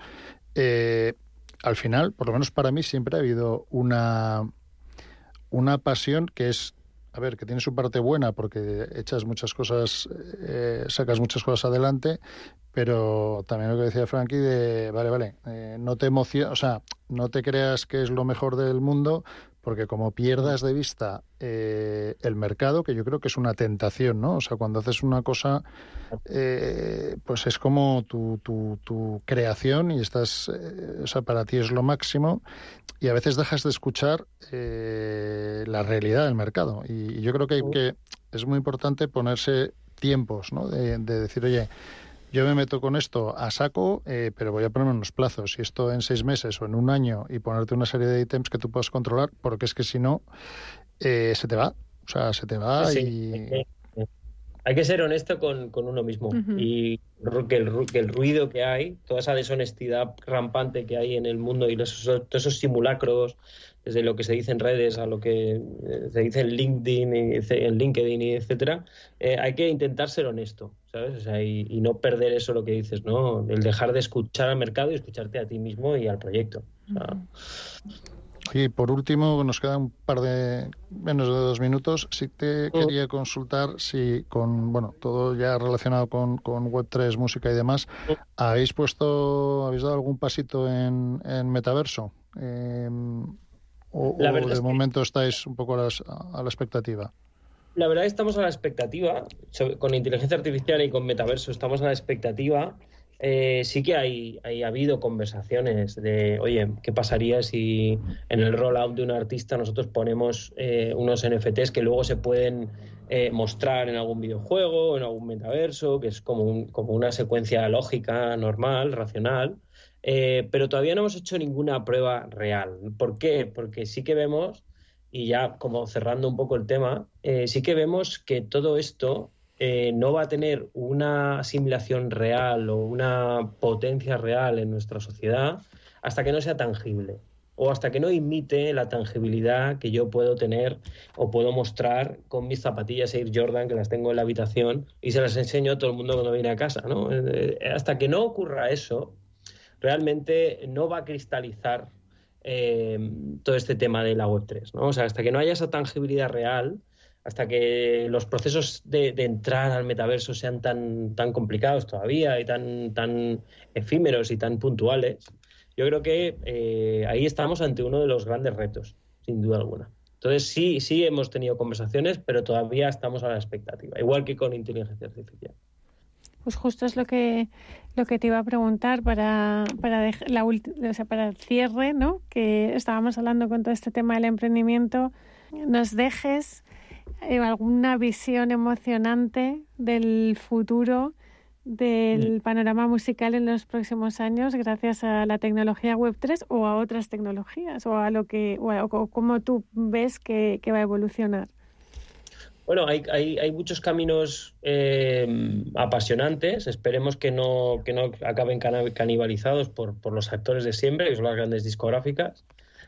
eh, al final, por lo menos para mí, siempre ha habido una, una pasión que es, a ver, que tiene su parte buena porque echas muchas cosas, eh, sacas muchas cosas adelante, pero también lo que decía Frankie de, vale, vale, eh, no te emociones, o sea, no te creas que es lo mejor del mundo, porque como pierdas de vista eh, el mercado, que yo creo que es una tentación, ¿no? O sea, cuando haces una cosa, eh, pues es como tu, tu, tu creación y estás, eh, o sea, para ti es lo máximo y a veces dejas de escuchar eh, la realidad del mercado. Y, y yo creo que, hay que es muy importante ponerse tiempos, ¿no? De, de decir, oye, yo me meto con esto a saco, eh, pero voy a ponerme unos plazos. Y esto en seis meses o en un año y ponerte una serie de ítems que tú puedas controlar, porque es que si no, eh, se te va. O sea, se te va sí, y... Hay que ser honesto con, con uno mismo. Uh-huh. Y que el, que el ruido que hay, toda esa deshonestidad rampante que hay en el mundo y los, todos esos simulacros, desde lo que se dice en redes a lo que se dice en LinkedIn, y, en LinkedIn y etcétera, eh, hay que intentar ser honesto, ¿sabes? O sea, y, y no perder eso lo que dices, ¿no? El dejar de escuchar al mercado y escucharte a ti mismo y al proyecto. O sea, y por último, nos queda un par de menos de dos minutos. Sí te quería consultar si con, bueno, todo ya relacionado con, con web tres, música y demás, ¿habéis puesto, habéis dado algún pasito en, en metaverso? Eh, o, o de momento que... estáis un poco a, las, a la expectativa. La verdad es que estamos a la expectativa, con inteligencia artificial y con metaverso estamos a la expectativa. eh, sí que hay, hay ha habido conversaciones de, oye, ¿qué pasaría si en el rollout de un artista nosotros ponemos eh, unos N F Ts que luego se pueden eh, mostrar en algún videojuego, en algún metaverso, que es como, un, como una secuencia lógica, normal, racional? Eh, pero todavía no hemos hecho ninguna prueba real. ¿Por qué? Porque sí que vemos, y ya como cerrando un poco el tema, eh, sí que vemos que todo esto eh, no va a tener una asimilación real o una potencia real en nuestra sociedad hasta que no sea tangible o hasta que no imite la tangibilidad que yo puedo tener o puedo mostrar con mis zapatillas Air Jordan, que las tengo en la habitación y se las enseño a todo el mundo cuando viene a casa, ¿no? Eh, hasta que no ocurra eso, realmente no va a cristalizar eh, todo este tema de la web tres, ¿no? O sea, hasta que no haya esa tangibilidad real, hasta que los procesos de, de entrar al metaverso sean tan, tan complicados todavía y tan, tan efímeros y tan puntuales, yo creo que eh, ahí estamos ante uno de los grandes retos, sin duda alguna. Entonces sí, sí hemos tenido conversaciones, pero todavía estamos a la expectativa, igual que con inteligencia artificial. Pues justo es lo que lo que te iba a preguntar para para dej- la ulti- o sea, para el cierre, ¿no? Que estábamos hablando con todo este tema del emprendimiento. Nos dejes eh, alguna visión emocionante del futuro del panorama musical en los próximos años gracias a la tecnología web tres o a otras tecnologías o a lo que o, a, o cómo tú ves que, que va a evolucionar. Bueno, hay, hay, hay muchos caminos eh, apasionantes. Esperemos que no, que no acaben canibalizados por, por los actores de siempre, que son las grandes discográficas.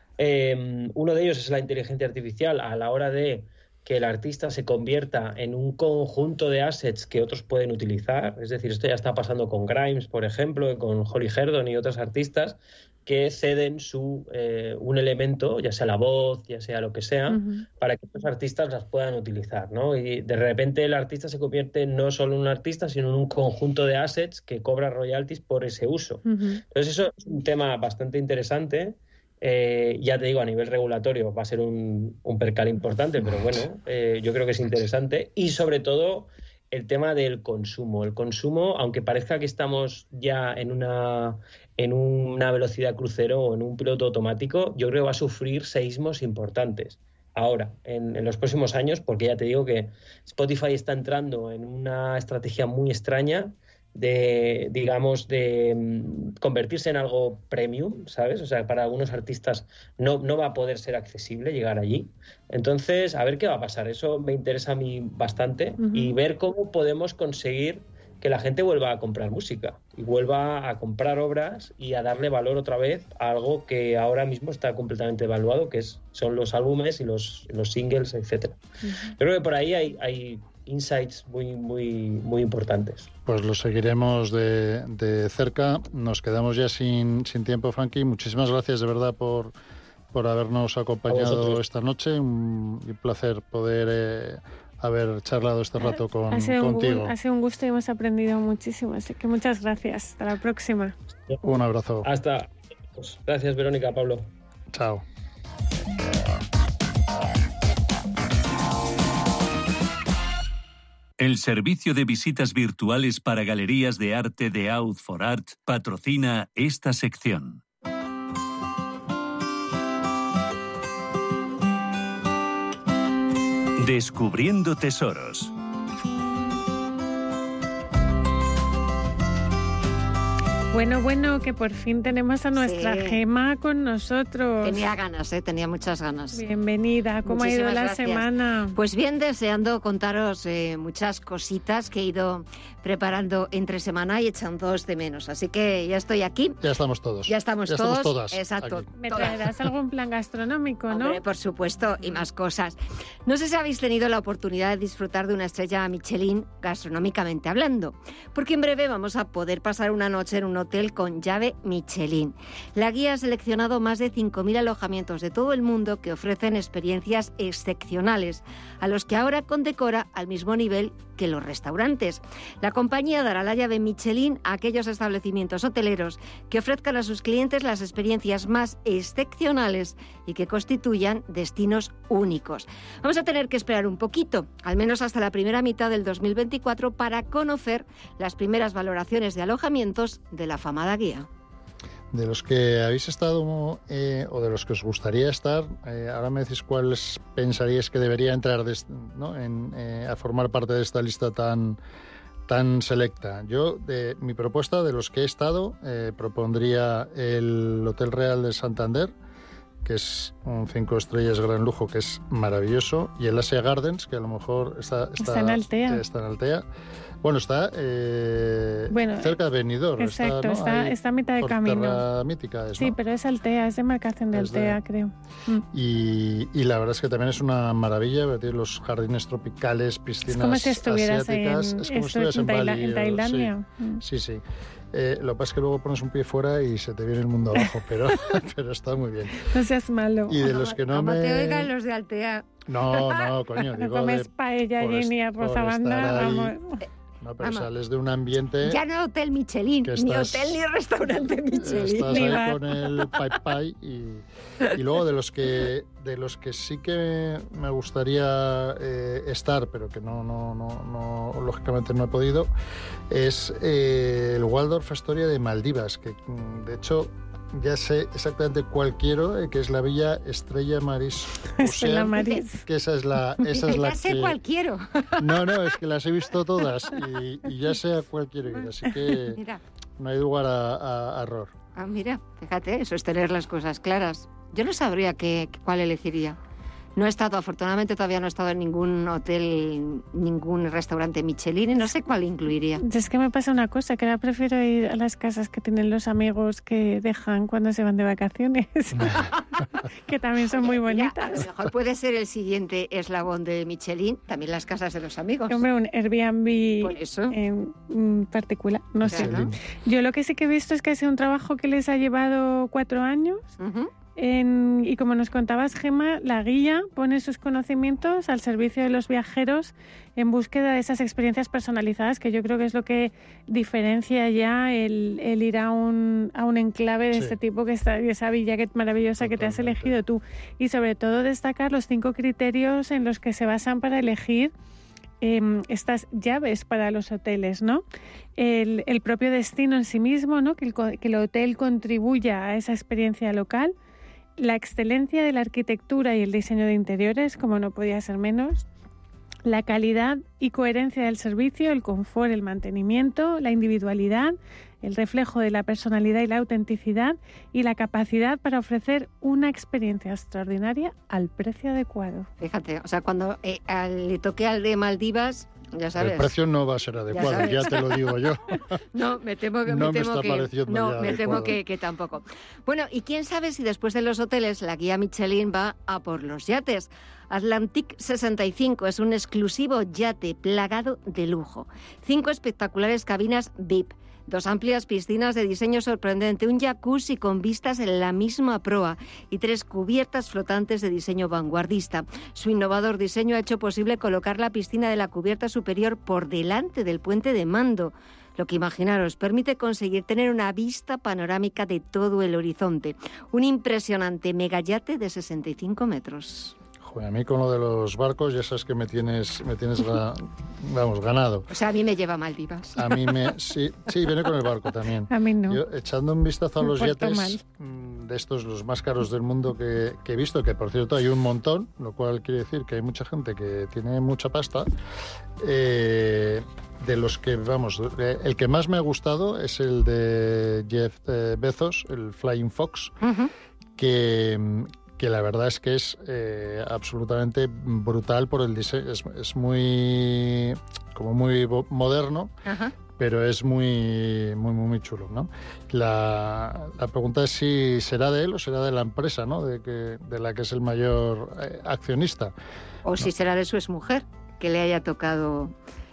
Eh, uno de ellos es la inteligencia artificial a la hora de que el artista se convierta en un conjunto de assets que otros pueden utilizar. Es decir, esto ya está pasando con Grimes, por ejemplo, con Holly Herdon y otros artistas que ceden su eh, un elemento, ya sea la voz, ya sea lo que sea, uh-huh. para que estos artistas las puedan utilizar, ¿no? Y de repente el artista se convierte no solo en un artista, sino en un conjunto de assets que cobra royalties por ese uso. Uh-huh. Entonces eso es un tema bastante interesante. Eh, ya te digo, a nivel regulatorio va a ser un, un percal importante, pero bueno, eh, yo creo que es interesante. Y sobre todo el tema del consumo. El consumo, aunque parezca que estamos ya en una, en una velocidad crucero o en un piloto automático, yo creo que va a sufrir seísmos importantes ahora, en, en los próximos años, porque ya te digo que Spotify está entrando en una estrategia muy extraña de, digamos, de um, convertirse en algo premium, ¿sabes? O sea, para algunos artistas no, no va a poder ser accesible llegar allí. Entonces, a ver qué va a pasar. Eso me interesa a mí bastante uh-huh. y ver cómo podemos conseguir que la gente vuelva a comprar música y vuelva a comprar obras y a darle valor otra vez a algo que ahora mismo está completamente devaluado, que es, son los álbumes y los, los singles, etcétera. Uh-huh. Yo creo que por ahí hay... hay insights muy muy muy importantes. Pues lo seguiremos de, de cerca. Nos quedamos ya sin, sin tiempo, Frankie. Muchísimas gracias de verdad por, por habernos acompañado esta noche. Un, un placer poder eh, haber charlado este rato con, ha sido contigo. Un, ha sido un gusto y hemos aprendido muchísimo. Así que muchas gracias. Hasta la próxima. Un abrazo. Hasta. Pues, gracias, Verónica, Pablo. Chao. El servicio de visitas virtuales para galerías de arte de Out for Art patrocina esta sección. Descubriendo tesoros. Bueno, bueno, que por fin tenemos a nuestra sí. Gema con nosotros. Tenía ganas, ¿eh? Tenía muchas ganas. Bienvenida. ¿Cómo Muchísimas ha ido la gracias. semana? Pues bien, deseando contaros eh, muchas cositas que he ido preparando entre semana y echándoos de menos. Así que ya estoy aquí. Ya estamos todos. Ya estamos ya todos. Estamos todas. Exacto. Aquí. Me traerás algún plan gastronómico, ¿no? Hombre, por supuesto, y más cosas. No sé si habéis tenido la oportunidad de disfrutar de una estrella Michelin gastronómicamente hablando, porque en breve vamos a poder pasar una noche en un hotel con llave Michelin. La guía ha seleccionado más de cinco mil alojamientos de todo el mundo que ofrecen experiencias excepcionales, a los que ahora condecora al mismo nivel que los restaurantes. La compañía dará la llave Michelin a aquellos establecimientos hoteleros que ofrezcan a sus clientes las experiencias más excepcionales y que constituyan destinos únicos. Vamos a tener que esperar un poquito, al menos hasta la primera mitad del dos mil veinticuatro, para conocer las primeras valoraciones de alojamientos de la afamada guía. De los que habéis estado eh, o de los que os gustaría estar, eh, ahora me decís cuáles pensaríais que debería entrar de, ¿no? en, eh, a formar parte de esta lista tan, tan selecta. Yo, de mi propuesta, de los que he estado, eh, propondría el Hotel Real de Santander, que es un cinco estrellas gran lujo, que es maravilloso, y el Asia Gardens, que a lo mejor está, está, está en Altea. Está en Altea. Bueno, está eh, bueno, cerca de Benidorm. Exacto, está, ¿no? está, Ahí, está a mitad de por camino. Terra Mítica es, sí, ¿no? pero es Altea, es de marcación de Es de- Altea, creo. Mm. Y, y la verdad es que también es una maravilla, porque tiene los jardines tropicales, piscinas Es como si estuvieras ahí en, asiáticas. Es como si esto es estuvieras en, en, Taila- Bali, en o- Tailandia. Mm. Sí, sí. sí. Eh, lo que pasa es que luego pones un pie fuera y se te viene el mundo abajo, pero, pero está muy bien. No seas malo. Y de los que no Como me... te oigan los de Altea. No, no, coño, No digo comes de... paella por allí est- ni arroz por a banda, estar ahí. vamos. No, pero Vamos. sales de un ambiente... Ya no hotel Michelin, que ni estás- hotel ni restaurante Michelin. Estás Ni ahí bar. con el pai pai y, y luego de los que de los que sí que me gustaría eh, estar, pero que no, no, no, no, lógicamente no he podido, es eh, el Waldorf Astoria de Maldivas, que mm, de hecho ya sé exactamente cuál quiero, eh, que es la Villa Estrella Maris Estela Ocean, Maris. que esa es la esa es la ya sé que cuál quiero. no, no, es que las he visto todas y, y ya sé a cuál quiero ir, así que Mira, no hay lugar a, a- a error. ah, mira, fíjate, eso es tener las cosas claras. Yo no sabría qué, cuál elegiría. No he estado, afortunadamente todavía no he estado en ningún hotel, ningún restaurante Michelin y no sé cuál incluiría. Es que me pasa una cosa, que ahora prefiero ir a las casas que tienen los amigos que dejan cuando se van de vacaciones, que también son muy Mira, a lo bonitas. mejor puede ser el siguiente eslabón de Michelin, también las casas de los amigos. Hombre, un Airbnb Por eso. en mm, particular, no sé. Claro. Michelin. Yo lo que sí que he visto es que ha sido un trabajo que les ha llevado cuatro años. Ujú. En- y como nos contabas, Gemma, la guía pone sus conocimientos al servicio de los viajeros en búsqueda de esas experiencias personalizadas, que yo creo que es lo que diferencia ya el, el ir a un, a un enclave de Sí. este tipo, que está, y esa villa que, maravillosa que te has Totalmente. elegido tú. Y sobre todo destacar los cinco criterios en los que se basan para elegir em, estas llaves para los hoteles, ¿no? El, el propio destino en sí mismo, ¿no? Que el, co- que el hotel contribuya a esa experiencia local, la excelencia de la arquitectura y el diseño de interiores, como no podía ser menos, la calidad y coherencia del servicio, el confort, el mantenimiento, la individualidad, el reflejo de la personalidad y la autenticidad y la capacidad para ofrecer una experiencia extraordinaria al precio adecuado. Fíjate, o sea, cuando eh, al- le toque al de Maldivas, ya sabes. El precio no va a ser adecuado, sabes. ya, te lo digo yo. No, me temo que, No me me temo está que, pareciendo no, ya me temo adecuado. que, que tampoco. Bueno, y quién sabe si después de los hoteles la guía Michelin va a por los yates. Atlantic sesenta y cinco es un exclusivo yate plagado de lujo. Cinco espectaculares cabinas V I P. Dos amplias piscinas de diseño sorprendente, un jacuzzi con vistas en la misma proa y tres cubiertas flotantes de diseño vanguardista. Su innovador diseño ha hecho posible colocar la piscina de la cubierta superior por delante del puente de mando, lo que imaginaros permite conseguir tener una vista panorámica de todo el horizonte. Un impresionante megayate de sesenta y cinco metros. Joder, a mí con lo de los barcos ya sabes que me tienes, me tienes ga- vamos, ganado. O sea, a mí me lleva a Maldivas. A mí me... Sí, sí, viene con el barco también. A mí no. Yo, echando un vistazo a Me los porto yates mal. mm, de estos, los más caros del mundo que, que he visto, que por cierto hay un montón, lo cual quiere decir que hay mucha gente que tiene mucha pasta, eh, de los que, vamos, eh, el que más me ha gustado es el de Jeff eh, Bezos, el Flying Fox, Ujú. que, que la verdad es que es eh, absolutamente brutal por el diseño. Es, es muy, como muy bo- moderno, Ajá. pero es muy, muy, muy, muy chulo, ¿no? La, la pregunta es si será de él o será de la empresa, ¿no? De, que, de la que es el mayor eh, accionista. O si será de su exmujer, que le haya tocado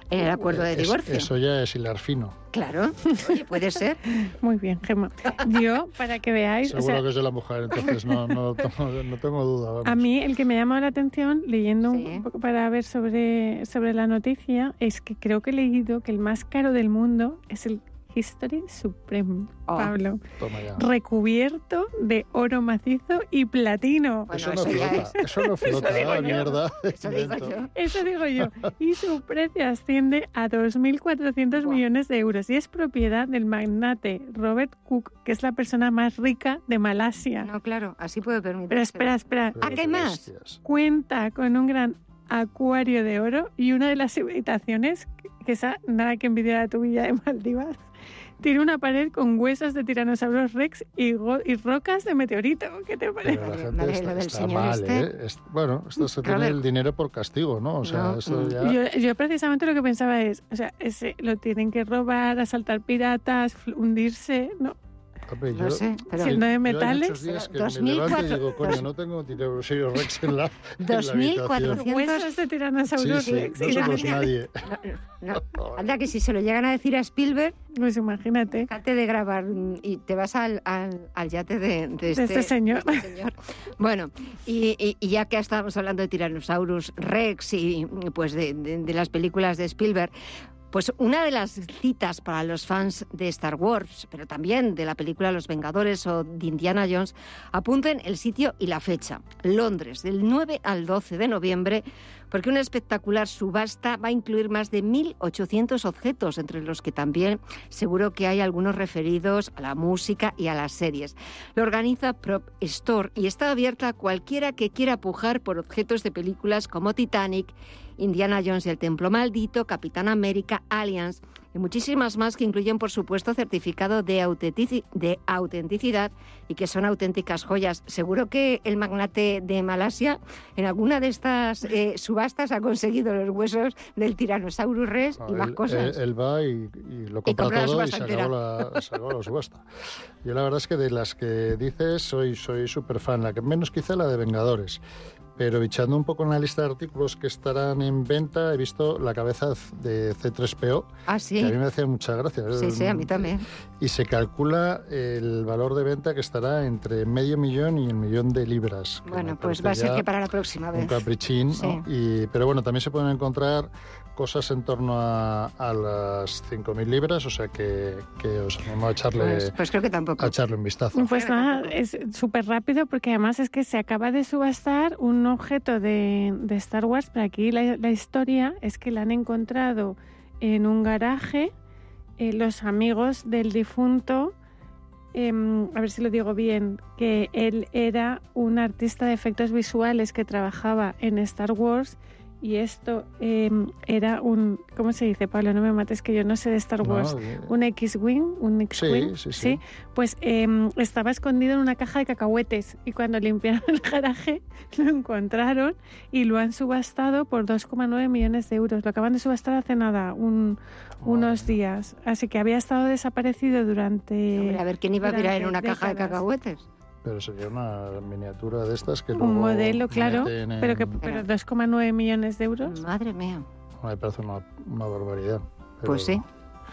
en el acuerdo de divorcio. Es, eso ya es hilar fino. Claro, oye, puede ser. Muy bien, Gemma. Yo, para que veáis... Seguro o sea, que es de la mujer, entonces no, no, no, no tengo duda. Vamos. A mí el que me ha llamado la atención, leyendo sí. un poco para ver sobre, sobre la noticia, es que creo que he leído que el más caro del mundo es el History Supreme, oh. Pablo. Toma ya. Recubierto de oro macizo y platino. Bueno, eso, no flota, es... eso no flota, eso no flota, mierda. Eso digo yo. Eso digo yo. Y su precio asciende a dos mil cuatrocientos wow. millones de euros y es propiedad del magnate Robert Cook, que es la persona más rica de Malasia. No, claro, así puede permitirse. Pero espera, espera. ¿A qué más? Bestias. Cuenta con un gran acuario de oro y una de las habitaciones, que esa nada que envidiar a tu villa de Maldivas, tiene una pared con huesos de tiranosaurios rex y, go- y rocas de meteorito. ¿Qué te parece? Pero la gente Vale, está, lo del está señor mal, este. ¿eh? Es, bueno, esto se tiene el dinero por castigo, ¿no? O sea, No, eso mm. ya... Yo, yo precisamente lo que pensaba es, o sea, ese, lo tienen que robar, asaltar piratas, hundirse, ¿no? Hombre, No yo, sé, pero... Siendo de yo hay metales... muchos días que dos me mil levanto y cuatro- digo, coño, dos- no tengo tiranosaurios rex en la, en la dos mil habitación. cuatrocientos Huesos de tiranosaurios Sí, sí, rex. no somos Imagina- nadie. No, no. Anda, que si se lo llegan a decir a Spielberg, Pues imagínate. déjate de grabar y te vas al, al, al yate de, de, este, este señor. de este señor. Bueno, y, y, y ya que estábamos hablando de Tyrannosaurus Rex y pues de, de, de las películas de Spielberg, pues una de las citas para los fans de Star Wars, pero también de la película Los Vengadores o de Indiana Jones, apunten el sitio y la fecha. Londres, del nueve al doce de noviembre, porque una espectacular subasta va a incluir más de mil ochocientos objetos, entre los que también seguro que hay algunos referidos a la música y a las series. Lo organiza Prop Store y está abierta a cualquiera que quiera pujar por objetos de películas como Titanic, Indiana Jones y el Templo Maldito, Capitán América, Aliens y muchísimas más que incluyen, por supuesto, certificado de, autentici- de autenticidad y que son auténticas joyas. Seguro que el magnate de Malasia en alguna de estas eh, subastas ha conseguido los huesos del Tyrannosaurus Rex No, y más él, cosas. Él, él va y, y lo Y compra compra la todo y subasta se entera. acabó, la, se acabó la subasta. Yo la verdad es que de las que dices soy soy súper fan, la que menos quizá la de Vengadores. Pero bichando un poco en la lista de artículos que estarán en venta, he visto la cabeza de C tres P O, Ah, sí. que a mí me hacía mucha gracia. Sí, sí, a mí también. Y se calcula el valor de venta que estará entre medio millón y un millón de libras. que Bueno, me pues parece va a ser ya que para la próxima un vez. caprichín, Sí. ¿no? Y, pero bueno, también se pueden encontrar cosas en torno a, a las cinco mil libras, o sea que, que os animo a echarle, Pues, pues creo que tampoco. a echarle un vistazo. Pues nada, es súper rápido porque además es que se acaba de subastar un objeto de, de Star Wars, pero aquí la, la historia es que la han encontrado en un garaje eh, los amigos del difunto, eh, a ver si lo digo bien, que él era un artista de efectos visuales que trabajaba en Star Wars. Y esto eh, era un... ¿Cómo se dice, Pablo? No me mates, que yo no sé de Star Wars. No, eh, ¿Un X-Wing? ¿Un X-Wing? Sí, sí, sí. Pues eh, estaba escondido en una caja de cacahuetes y cuando limpiaron el garaje lo encontraron y lo han subastado por dos coma nueve millones de euros. Lo acaban de subastar hace nada, un, unos días. Así que había estado desaparecido durante... Hombre, a ver, ¿quién iba a mirar en una durante caja de décadas. cacahuetes? Pero sería una miniatura de estas que Un luego modelo, claro, meten en- pero que pero dos coma nueve millones de euros. Madre mía. Me parece una, una barbaridad. pero- Pues sí.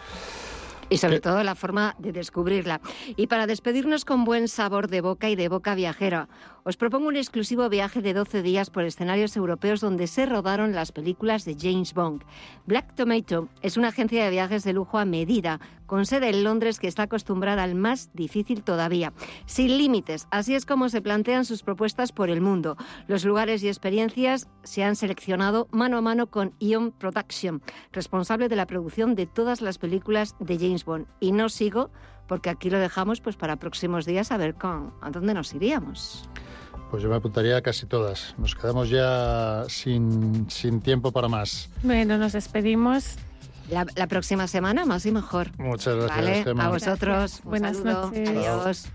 Y sobre ¿Qué? todo la forma de descubrirla. Y para despedirnos con buen sabor de boca y de boca viajera, os propongo un exclusivo viaje de doce días por escenarios europeos donde se rodaron las películas de James Bond. Black Tomato es una agencia de viajes de lujo a medida, con sede en Londres, que está acostumbrada al más difícil todavía. Sin límites, así es como se plantean sus propuestas por el mundo. Los lugares y experiencias se han seleccionado mano a mano con Ion Production, responsable de la producción de todas las películas de James Bond. Y no sigo, porque aquí lo dejamos pues para próximos días a ver con, a dónde nos iríamos. Pues yo me apuntaría a casi todas. Nos quedamos ya sin, sin tiempo para más. Bueno, nos despedimos. La, la próxima semana, más y mejor. Muchas gracias, Vale, Gemma. a vosotros. Gracias. Un Buenas saludo. noches. Adiós.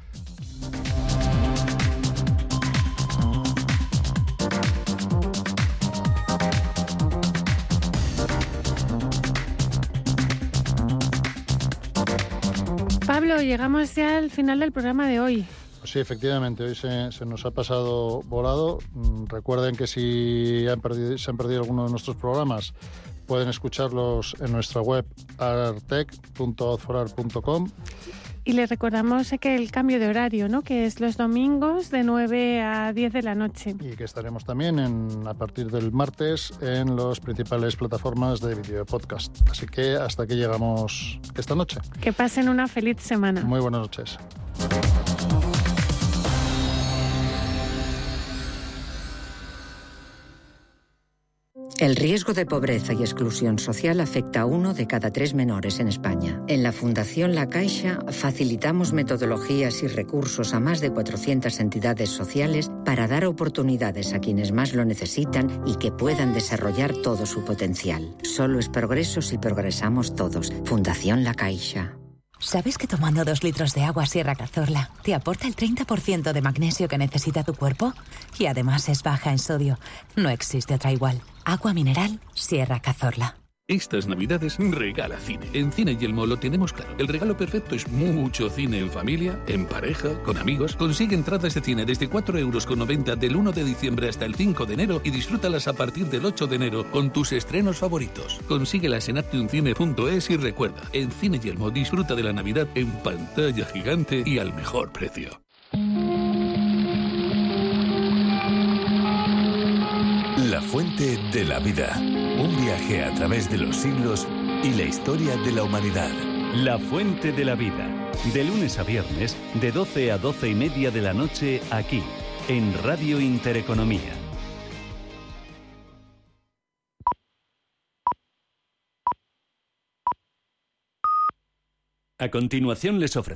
Pablo, llegamos ya al final del programa de hoy. Pues sí, efectivamente, hoy se, se nos ha pasado volado. Mm, Recuerden que si han perdido, se han perdido alguno de nuestros programas, pueden escucharlos en nuestra web artec punto ozforar punto com. Y les recordamos que el cambio de horario, ¿no? Que es los domingos de nueve a diez de la noche. Y que estaremos también en, a partir del martes en las principales plataformas de video podcast. Así que hasta aquí llegamos esta noche. Que pasen una feliz semana. Muy buenas noches. El riesgo de pobreza y exclusión social afecta a uno de cada tres menores en España. En la Fundación La Caixa facilitamos metodologías y recursos a más de cuatrocientas entidades sociales para dar oportunidades a quienes más lo necesitan y que puedan desarrollar todo su potencial. Solo es progreso si progresamos todos. Fundación La Caixa. ¿Sabes que tomando dos litros de agua Sierra Cazorla te aporta el treinta por ciento de magnesio que necesita tu cuerpo? Y además es baja en sodio. No existe otra igual. Agua mineral Sierra Cazorla. Estas Navidades regala cine. En Cine Yelmo lo tenemos claro. El regalo perfecto es mucho cine en familia, en pareja, con amigos. Consigue entradas de cine desde cuatro euros con noventa del uno de diciembre hasta el cinco de enero y disfrútalas a partir del ocho de enero con tus estrenos favoritos. Consíguelas en actium cine punto es y recuerda, en Cine Yelmo disfruta de la Navidad en pantalla gigante y al mejor precio. La fuente de la vida. Un viaje a través de los siglos y la historia de la humanidad. La fuente de la vida. De lunes a viernes, de doce a doce y media de la noche, aquí, en Radio Intereconomía. A continuación les ofrecemos